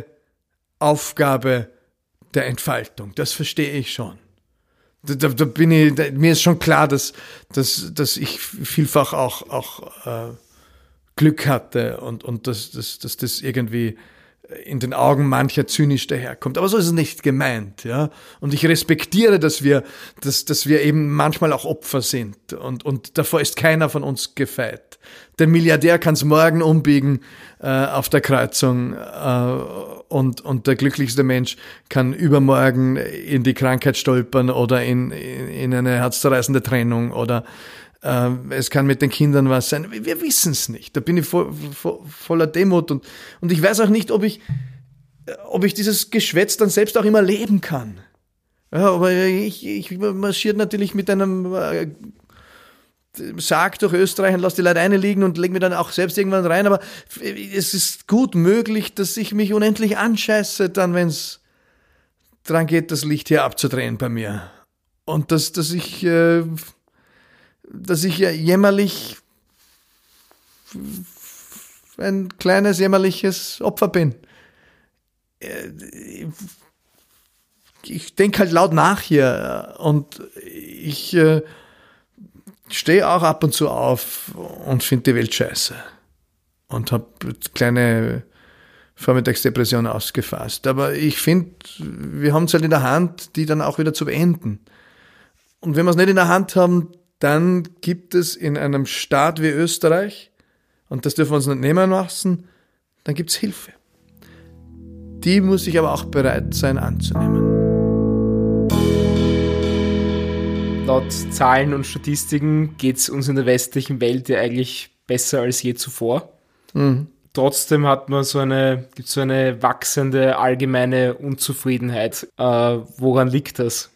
S1: Aufgabe der Entfaltung. Das verstehe ich schon. Da, da, da bin ich, da, mir ist schon klar, dass, dass, dass ich vielfach auch, auch, äh, Glück hatte und, und dass, dass, dass das irgendwie in den Augen mancher zynisch daherkommt. Aber so ist es nicht gemeint, ja. Und ich respektiere, dass wir, dass, dass wir eben manchmal auch Opfer sind und, und davor ist keiner von uns gefeit. Der Milliardär kann es morgen umbiegen äh, auf der Kreuzung äh, und, und der glücklichste Mensch kann übermorgen in die Krankheit stolpern oder in, in, in eine herzzerreißende Trennung oder es kann mit den Kindern was sein. Wir wissen es nicht. Da bin ich vo, vo, voller Demut und, und ich weiß auch nicht, ob ich, ob ich dieses Geschwätz dann selbst auch immer leben kann. Ja, aber ich, ich marschiere natürlich mit einem Sarg durch Österreich und lass die Leute reinliegen und leg mir dann auch selbst irgendwann rein, aber es ist gut möglich, dass ich mich unendlich anscheiße, dann, wenn es dran geht, das Licht hier abzudrehen bei mir. Und dass, dass ich, äh, dass ich ja jämmerlich ein kleines jämmerliches Opfer bin. Ich denke halt laut nach hier und ich äh, stehe auch ab und zu auf und finde die Welt scheiße und habe kleine Vormittagsdepression ausgefasst. Aber ich finde, wir haben es halt in der Hand, die dann auch wieder zu beenden. Und wenn wir es nicht in der Hand haben, dann gibt es in einem Staat wie Österreich, und das dürfen wir uns nicht nehmen lassen, dann gibt es Hilfe. Die muss ich aber auch bereit sein anzunehmen.
S4: Laut Zahlen und Statistiken geht es uns in der westlichen Welt ja eigentlich besser als je zuvor. Mhm. Trotzdem hat man so eine, gibt so eine wachsende allgemeine Unzufriedenheit. Äh, woran liegt das?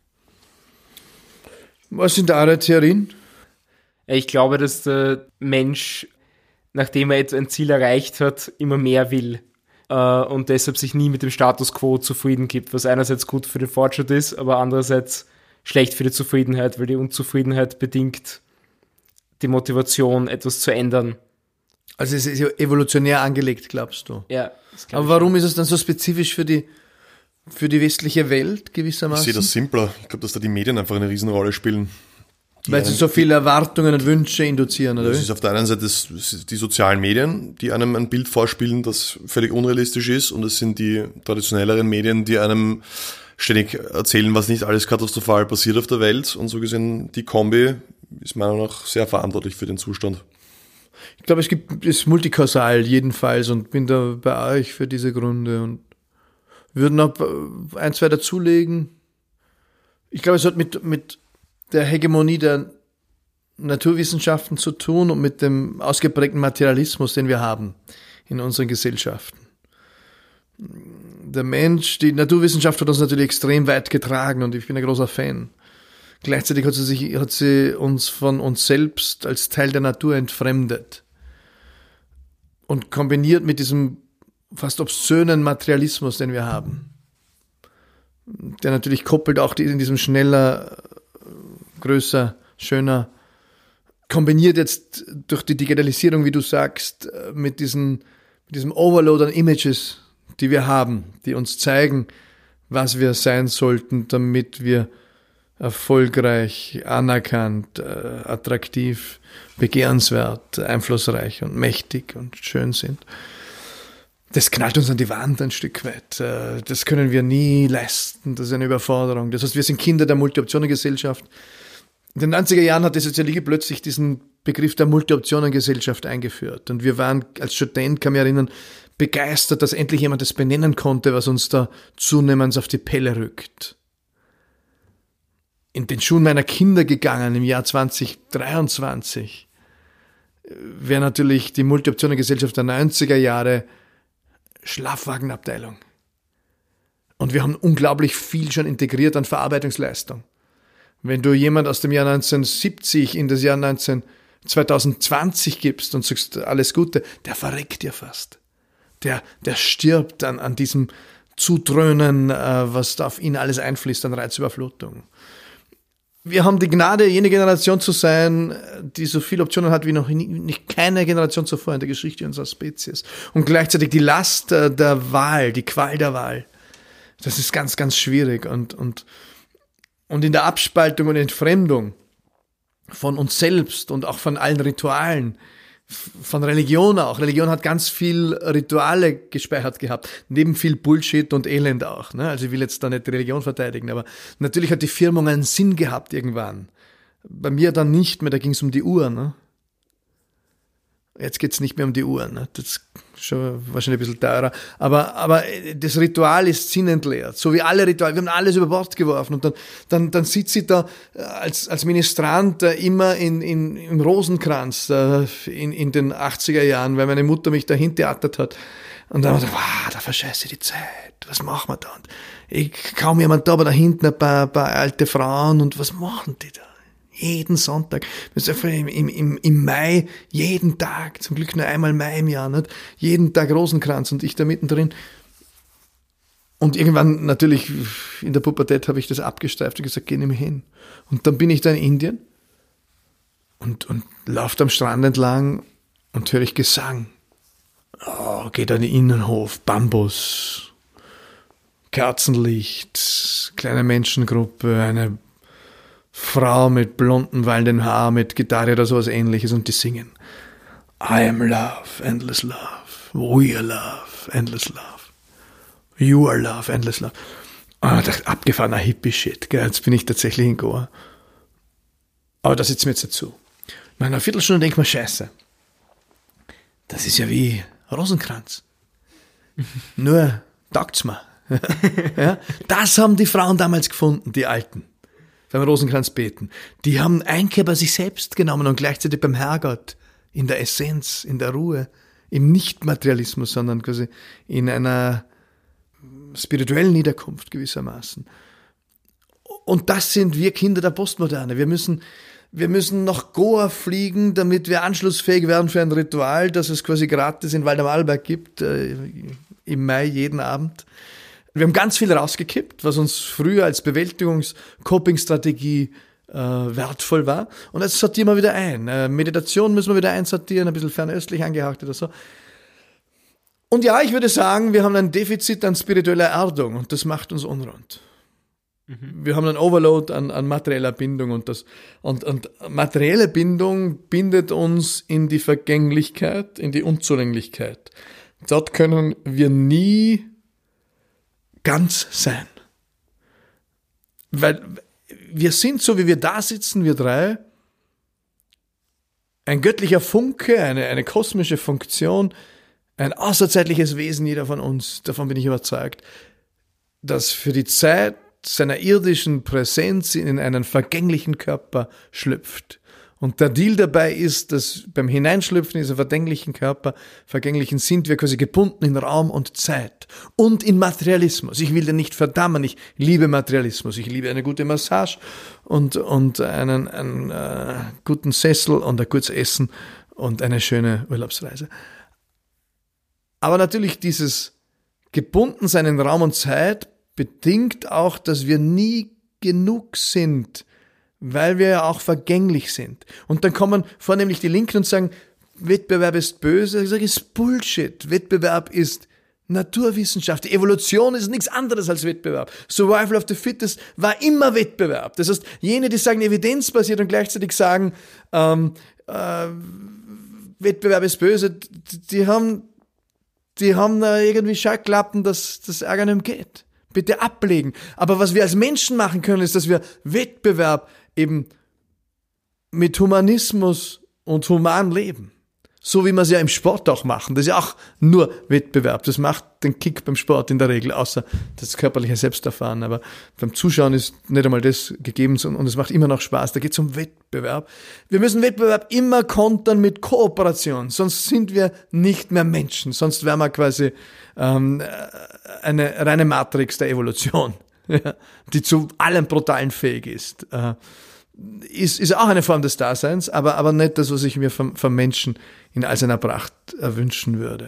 S1: Was sind eure Theorien?
S4: Ich glaube, dass der Mensch, nachdem er ein Ziel erreicht hat, immer mehr will äh, und deshalb sich nie mit dem Status quo zufrieden gibt, was einerseits gut für den Fortschritt ist, aber andererseits schlecht für die Zufriedenheit, weil die Unzufriedenheit bedingt die Motivation, etwas zu ändern.
S1: Also es ist ja evolutionär angelegt, glaubst du?
S4: Ja.
S1: Aber warum schon. Ist es dann so spezifisch für die, für die westliche Welt gewissermaßen?
S3: Ich sehe das simpler. Ich glaube, dass da die Medien einfach eine Riesenrolle spielen.
S1: Weil sie so viele Erwartungen und Wünsche induzieren, oder?
S3: Das ist auf der einen Seite das, die sozialen Medien, die einem ein Bild vorspielen, das völlig unrealistisch ist, und es sind die traditionelleren Medien, die einem ständig erzählen, was nicht alles katastrophal passiert auf der Welt, und so gesehen die Kombi ist meiner Meinung nach sehr verantwortlich für den Zustand.
S1: Ich glaube, es gibt, ist multikausal jedenfalls, und bin da bei euch für diese Gründe und würde noch ein, zwei dazulegen. Ich glaube, es hat mit, mit der Hegemonie der Naturwissenschaften zu tun und mit dem ausgeprägten Materialismus, den wir haben in unseren Gesellschaften. Der Mensch, die Naturwissenschaft hat uns natürlich extrem weit getragen und ich bin ein großer Fan. Gleichzeitig hat sie, sich, hat sie uns von uns selbst als Teil der Natur entfremdet und kombiniert mit diesem fast obszönen Materialismus, den wir haben, der natürlich koppelt auch in diesem schneller, größer, schöner, kombiniert jetzt durch die Digitalisierung, wie du sagst, mit diesen, mit diesem Overload an Images, die wir haben, die uns zeigen, was wir sein sollten, damit wir erfolgreich, anerkannt, äh, attraktiv, begehrenswert, einflussreich und mächtig und schön sind. Das knallt uns an die Wand ein Stück weit. Äh, das können wir nie leisten. Das ist eine Überforderung. Das heißt, wir sind Kinder der Multi-Optionen-Gesellschaft. In den neunziger Jahren hat die Soziologie plötzlich diesen Begriff der Multi-Optionen-Gesellschaft eingeführt. Und wir waren als Student, kann mich erinnern, begeistert, dass endlich jemand das benennen konnte, was uns da zunehmend auf die Pelle rückt. In den Schuhen meiner Kinder gegangen im Jahr zwanzig dreiundzwanzig wäre natürlich die Multi-Optionen-Gesellschaft der neunziger Jahre Schlafwagenabteilung. Und wir haben unglaublich viel schon integriert an Verarbeitungsleistung. Wenn du jemand aus dem Jahr neunzehnhundertsiebzig in das Jahr zwanzig zwanzig gibst und sagst alles Gute, der verreckt dir fast. Der, der stirbt an, an diesem Zudröhnen, äh, was da auf ihn alles einfließt an Reizüberflutung. Wir haben die Gnade, jene Generation zu sein, die so viele Optionen hat wie noch nie, nicht keine Generation zuvor in der Geschichte unserer Spezies. Und gleichzeitig die Last der Wahl, die Qual der Wahl. Das ist ganz, ganz schwierig. Und, und, und in der Abspaltung und Entfremdung von uns selbst und auch von allen Ritualen, von Religion auch. Religion hat ganz viel Rituale gespeichert gehabt, neben viel Bullshit und Elend auch. Ne? Also ich will jetzt da nicht die Religion verteidigen, aber natürlich hat die Firmung einen Sinn gehabt irgendwann. Bei mir dann nicht mehr, da ging es um die Uhr. Ne? Jetzt geht es nicht mehr um die Uhr. Ne? Das ist schon wahrscheinlich ein bisschen teurer. Aber, aber das Ritual ist sinnentleert. So wie alle Rituale. Wir haben alles über Bord geworfen. Und dann, dann, dann sitze ich da als, als Ministrant immer in, in, im Rosenkranz in, in den achtziger Jahren, weil meine Mutter mich dahin theatert hat. Und dann habe ich gedacht, wow, da verscheiße ich die Zeit. Was machen wir da? Und ich, kaum jemand da, aber da hinten ein paar, paar alte Frauen. Und was machen die da? Jeden Sonntag. Das ist im, im, im Mai, jeden Tag, zum Glück nur einmal Mai im Jahr, nicht? Jeden Tag Rosenkranz und ich da mittendrin. Und irgendwann natürlich in der Pubertät habe ich das abgestreift und gesagt, geh nicht mehr hin. Und dann bin ich da in Indien und, und laufe am Strand entlang und höre ich Gesang. Oh, geht an den Innenhof, Bambus, Kerzenlicht, kleine Menschengruppe, eine Frau mit blonden, wallenden Haar, mit Gitarre oder sowas ähnliches und die singen. I am love, endless love. We are love, endless love. You are love, endless love. Und ich dachte, abgefahrener Hippie-Shit, gell? Jetzt bin ich tatsächlich in Goa. Aber das sitzt mir jetzt dazu. Nach einer Viertelstunde denke ich mir, scheiße, das ist ja wie Rosenkranz. Nur taugt's mir. Ja? Das haben die Frauen damals gefunden, die Alten. Beim Rosenkranz beten. Die haben Einkehr bei sich selbst genommen und gleichzeitig beim Herrgott, in der Essenz, in der Ruhe, im Nicht-Materialismus, sondern quasi in einer spirituellen Niederkunft gewissermaßen. Und das sind wir Kinder der Postmoderne. Wir müssen, wir müssen nach Goa fliegen, damit wir anschlussfähig werden für ein Ritual, das es quasi gratis in Waldemar gibt, äh, im Mai jeden Abend. Wir haben ganz viel rausgekippt, was uns früher als Bewältigungs-Coping-Strategie äh, wertvoll war. Und jetzt sortieren wir wieder ein. Äh, Meditation müssen wir wieder einsortieren, ein bisschen fernöstlich angehaucht oder so. Und ja, ich würde sagen, wir haben ein Defizit an spiritueller Erdung und das macht uns unrund. Mhm. Wir haben einen Overload an, an materieller Bindung und, das, und, und materielle Bindung bindet uns in die Vergänglichkeit, in die Unzulänglichkeit. Dort können wir nie ganz sein. Weil wir sind, so wie wir da sitzen, wir drei, ein göttlicher Funke, eine, eine kosmische Funktion, ein außerzeitliches Wesen, jeder von uns, davon bin ich überzeugt, das für die Zeit seiner irdischen Präsenz in einen vergänglichen Körper schlüpft. Und der Deal dabei ist, dass beim Hineinschlüpfen in diesen vergänglichen Körper, vergänglichen sind wir quasi gebunden in Raum und Zeit und in Materialismus. Ich will den nicht verdammen, ich liebe Materialismus, ich liebe eine gute Massage und, und einen, einen äh, guten Sessel und ein gutes Essen und eine schöne Urlaubsreise. Aber natürlich dieses Gebundensein in Raum und Zeit bedingt auch, dass wir nie genug sind, weil wir ja auch vergänglich sind. Und dann kommen vornehmlich die Linken und sagen, Wettbewerb ist böse. Ich sage, das ist Bullshit. Wettbewerb ist Naturwissenschaft. Die Evolution ist nichts anderes als Wettbewerb. Survival of the Fittest war immer Wettbewerb. Das heißt, jene, die sagen evidenzbasiert und gleichzeitig sagen, ähm, äh, Wettbewerb ist böse, die haben, die haben da irgendwie Schallklappen, dass das Ärger nicht geht. Bitte ablegen. Aber was wir als Menschen machen können, ist, dass wir Wettbewerb eben mit Humanismus und human leben. So wie wir es ja im Sport auch machen. Das ist ja auch nur Wettbewerb. Das macht den Kick beim Sport in der Regel, außer das körperliche Selbsterfahren. Aber beim Zuschauen ist nicht einmal das gegeben und es macht immer noch Spaß. Da geht es um Wettbewerb. Wir müssen Wettbewerb immer kontern mit Kooperation. Sonst sind wir nicht mehr Menschen. Sonst wären wir quasi ähm, eine reine Matrix der Evolution, die zu allem Brutalen fähig ist. Äh, Ist, ist auch eine Form des Daseins, aber, aber nicht das, was ich mir vom, vom Menschen in all seiner Pracht erwünschen würde.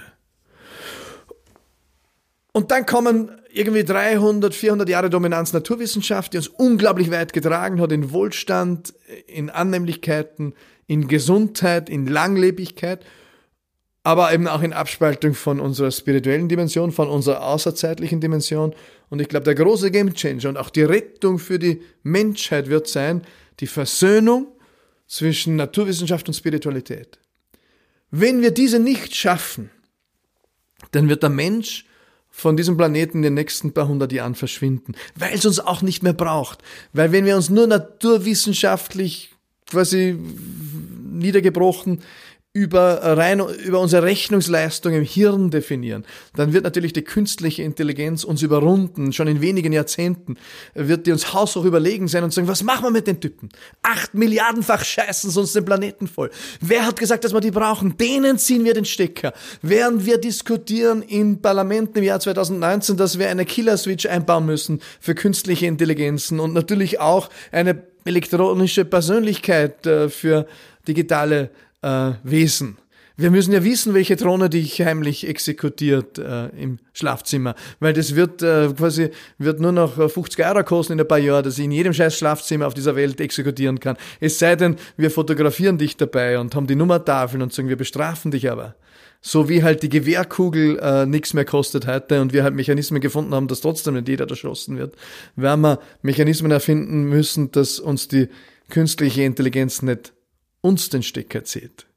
S1: Und dann kommen irgendwie dreihundert, vierhundert Jahre Dominanz Naturwissenschaft, die uns unglaublich weit getragen hat in Wohlstand, in Annehmlichkeiten, in Gesundheit, in Langlebigkeit, aber eben auch in Abspaltung von unserer spirituellen Dimension, von unserer außerzeitlichen Dimension. Und ich glaube, der große Gamechanger und auch die Rettung für die Menschheit wird sein, die Versöhnung zwischen Naturwissenschaft und Spiritualität. Wenn wir diese nicht schaffen, dann wird der Mensch von diesem Planeten in den nächsten paar hundert Jahren verschwinden, weil es uns auch nicht mehr braucht. Weil wenn wir uns nur naturwissenschaftlich quasi niedergebrochen über rein über unsere Rechnungsleistung im Hirn definieren, dann wird natürlich die künstliche Intelligenz uns überrunden. Schon in wenigen Jahrzehnten wird die uns haushoch überlegen sein und sagen, was machen wir mit den Typen? Acht Milliardenfach scheißen sie uns den Planeten voll. Wer hat gesagt, dass wir die brauchen? Denen ziehen wir den Stecker. Während wir diskutieren in Parlamenten im Jahr zweitausendneunzehn, dass wir eine Killer-Switch einbauen müssen für künstliche Intelligenzen und natürlich auch eine elektronische Persönlichkeit äh, für digitale äh, Wesen. Wir müssen ja wissen, welche Drohne dich heimlich exekutiert äh, im Schlafzimmer, weil das wird äh, quasi wird nur noch fünfzig Euro kosten in ein paar Jahren, dass ich in jedem scheiß Schlafzimmer auf dieser Welt exekutieren kann. Es sei denn, wir fotografieren dich dabei und haben die Nummertafeln und sagen, wir bestrafen dich aber. So wie halt die Gewehrkugel äh, nichts mehr kostet heute und wir halt Mechanismen gefunden haben, dass trotzdem nicht jeder erschossen wird, werden wir Mechanismen erfinden müssen, dass uns die künstliche Intelligenz nicht uns den Stecker zieht.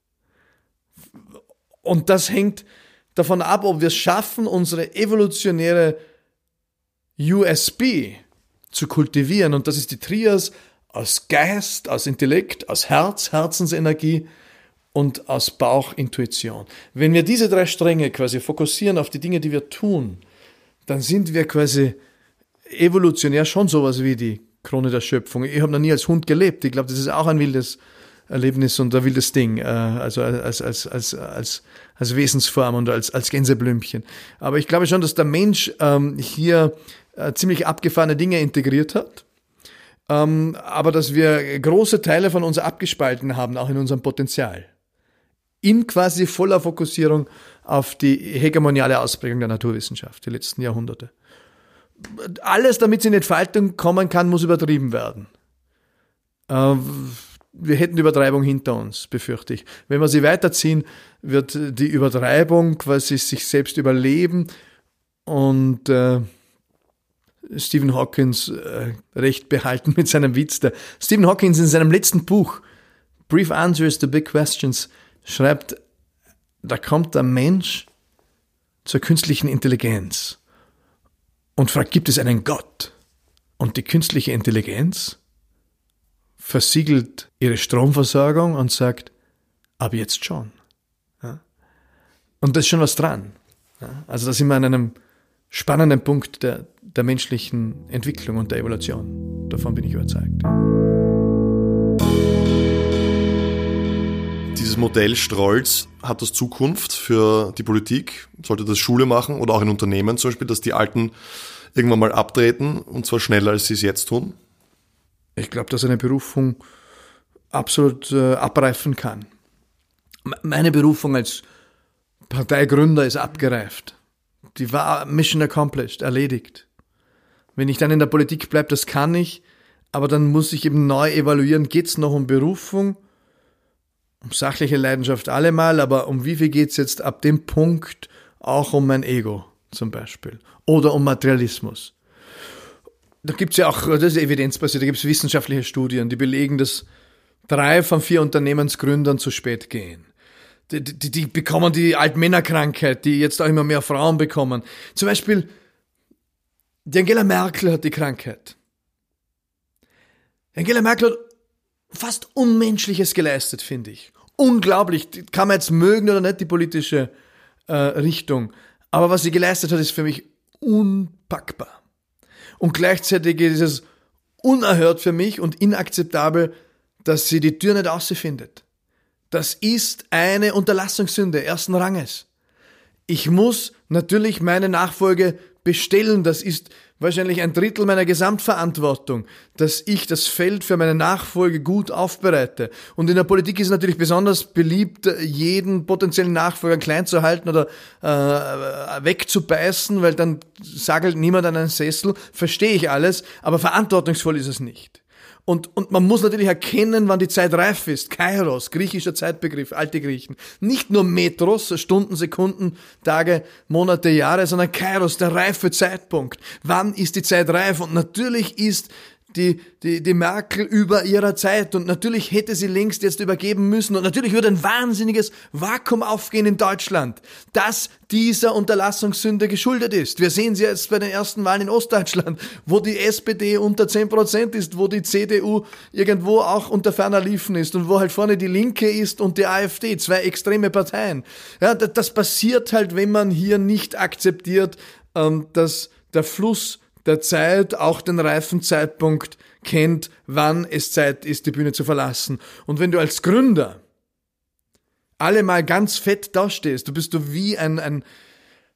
S1: Und das hängt davon ab, ob wir es schaffen, unsere evolutionäre U S P zu kultivieren. Und das ist die Trias aus Geist, aus Intellekt, aus Herz, Herzensenergie und aus Bauchintuition. Wenn wir diese drei Stränge quasi fokussieren auf die Dinge, die wir tun, dann sind wir quasi evolutionär schon sowas wie die Krone der Schöpfung. Ich habe noch nie als Hund gelebt. Ich glaube, das ist auch ein wildes Erlebnis und ein wildes Ding, also als, als, als, als, als Wesensform und als, als Gänseblümchen. Aber ich glaube schon, dass der Mensch ähm, hier äh, ziemlich abgefahrene Dinge integriert hat, ähm, aber dass wir große Teile von uns abgespalten haben, auch in unserem Potenzial. In quasi voller Fokussierung auf die hegemoniale Ausprägung der Naturwissenschaft, die letzten Jahrhunderte. Alles, damit sie in Entfaltung kommen kann, muss übertrieben werden. Äh, Wir hätten Übertreibung hinter uns, befürchte ich. Wenn wir sie weiterziehen, wird die Übertreibung quasi sich selbst überleben und äh, Stephen Hawkins äh, recht behalten mit seinem Witz. Der Stephen Hawkins in seinem letzten Buch, Brief Answers to Big Questions, schreibt, da kommt der Mensch zur künstlichen Intelligenz und fragt, gibt es einen Gott? Und die künstliche Intelligenz versiegelt ihre Stromversorgung und sagt, ab jetzt schon. Ja? Und da ist schon was dran. Ja? Also da sind wir an einem spannenden Punkt der, der menschlichen Entwicklung und der Evolution. Davon bin ich überzeugt.
S3: Dieses Modell Strolz, hat das Zukunft für die Politik? Sollte das Schule machen oder auch in Unternehmen zum Beispiel, dass die Alten irgendwann mal abtreten und zwar schneller, als sie es jetzt tun?
S1: Ich glaube, dass eine Berufung absolut äh, abreifen kann. Meine Berufung als Parteigründer ist abgereift. Die war Mission accomplished, erledigt. Wenn ich dann in der Politik bleibe, das kann ich, aber dann muss ich eben neu evaluieren, geht es noch um Berufung, um sachliche Leidenschaft allemal, aber um wie viel geht es jetzt ab dem Punkt auch um mein Ego zum Beispiel oder um Materialismus. Da gibt's ja auch, das ist evidenzbasiert, da gibt's wissenschaftliche Studien, die belegen, dass drei von vier Unternehmensgründern zu spät gehen. Die, die, die bekommen die Altmännerkrankheit, die jetzt auch immer mehr Frauen bekommen. Zum Beispiel, die Angela Merkel hat die Krankheit. Angela Merkel hat fast Unmenschliches geleistet, finde ich. Unglaublich, kann man jetzt mögen oder nicht, die politische äh, Richtung. Aber was sie geleistet hat, ist für mich unpackbar. Und gleichzeitig ist es unerhört für mich und inakzeptabel, dass sie die Tür nicht ausfindet. Das ist eine Unterlassungssünde ersten Ranges. Ich muss natürlich meine Nachfolge bestellen. Das ist wahrscheinlich ein Drittel meiner Gesamtverantwortung, dass ich das Feld für meine Nachfolge gut aufbereite. Und in der Politik ist es natürlich besonders beliebt, jeden potenziellen Nachfolger klein zu halten oder äh, wegzubeißen, weil dann sagelt niemand an einen Sessel. Verstehe ich alles, aber verantwortungsvoll ist es nicht. Und, und man muss natürlich erkennen, wann die Zeit reif ist. Kairos, griechischer Zeitbegriff, alte Griechen. Nicht nur Metros, Stunden, Sekunden, Tage, Monate, Jahre, sondern Kairos, der reife Zeitpunkt. Wann ist die Zeit reif? Und natürlich ist die, die, die Merkel über ihrer Zeit und natürlich hätte sie längst jetzt übergeben müssen und natürlich würde ein wahnsinniges Vakuum aufgehen in Deutschland, das dieser Unterlassungssünde geschuldet ist. Wir sehen sie jetzt bei den ersten Wahlen in Ostdeutschland, wo die S P D unter zehn Prozent ist, wo die C D U irgendwo auch unter ferner Liefen ist und wo halt vorne die Linke ist und die AfD, zwei extreme Parteien. Ja, das passiert halt, wenn man hier nicht akzeptiert, dass der Fluss der Zeit auch den reifen Zeitpunkt kennt, wann es Zeit ist, die Bühne zu verlassen. Und wenn du als Gründer alle mal ganz fett dastehst, du bist du wie ein, ein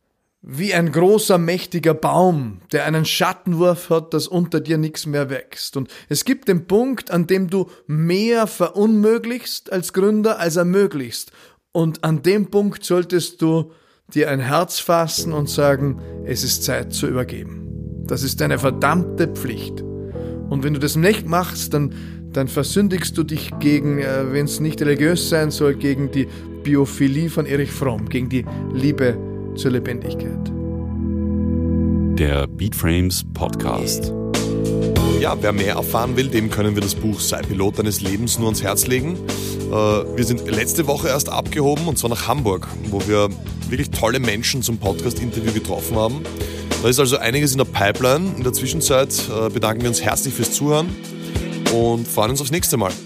S1: wie ein großer, mächtiger Baum, der einen Schattenwurf hat, dass unter dir nichts mehr wächst. Und es gibt den Punkt, an dem du mehr verunmöglichst als Gründer, als ermöglichst. Und an dem Punkt solltest du dir ein Herz fassen und sagen, es ist Zeit zu übergeben. Das ist deine verdammte Pflicht. Und wenn du das nicht machst, dann, dann versündigst du dich gegen, äh, wenn es nicht religiös sein soll, gegen die Biophilie von Erich Fromm, gegen die Liebe zur Lebendigkeit.
S2: Der Beatframes Podcast.
S3: Ja, wer mehr erfahren will, dem können wir das Buch Sei Pilot deines Lebens nur ans Herz legen. Wir sind letzte Woche erst abgehoben, und zwar nach Hamburg, wo wir wirklich tolle Menschen zum Podcast-Interview getroffen haben. Da ist also einiges in der Pipeline. In der Zwischenzeit bedanken wir uns herzlich fürs Zuhören und freuen uns aufs nächste Mal.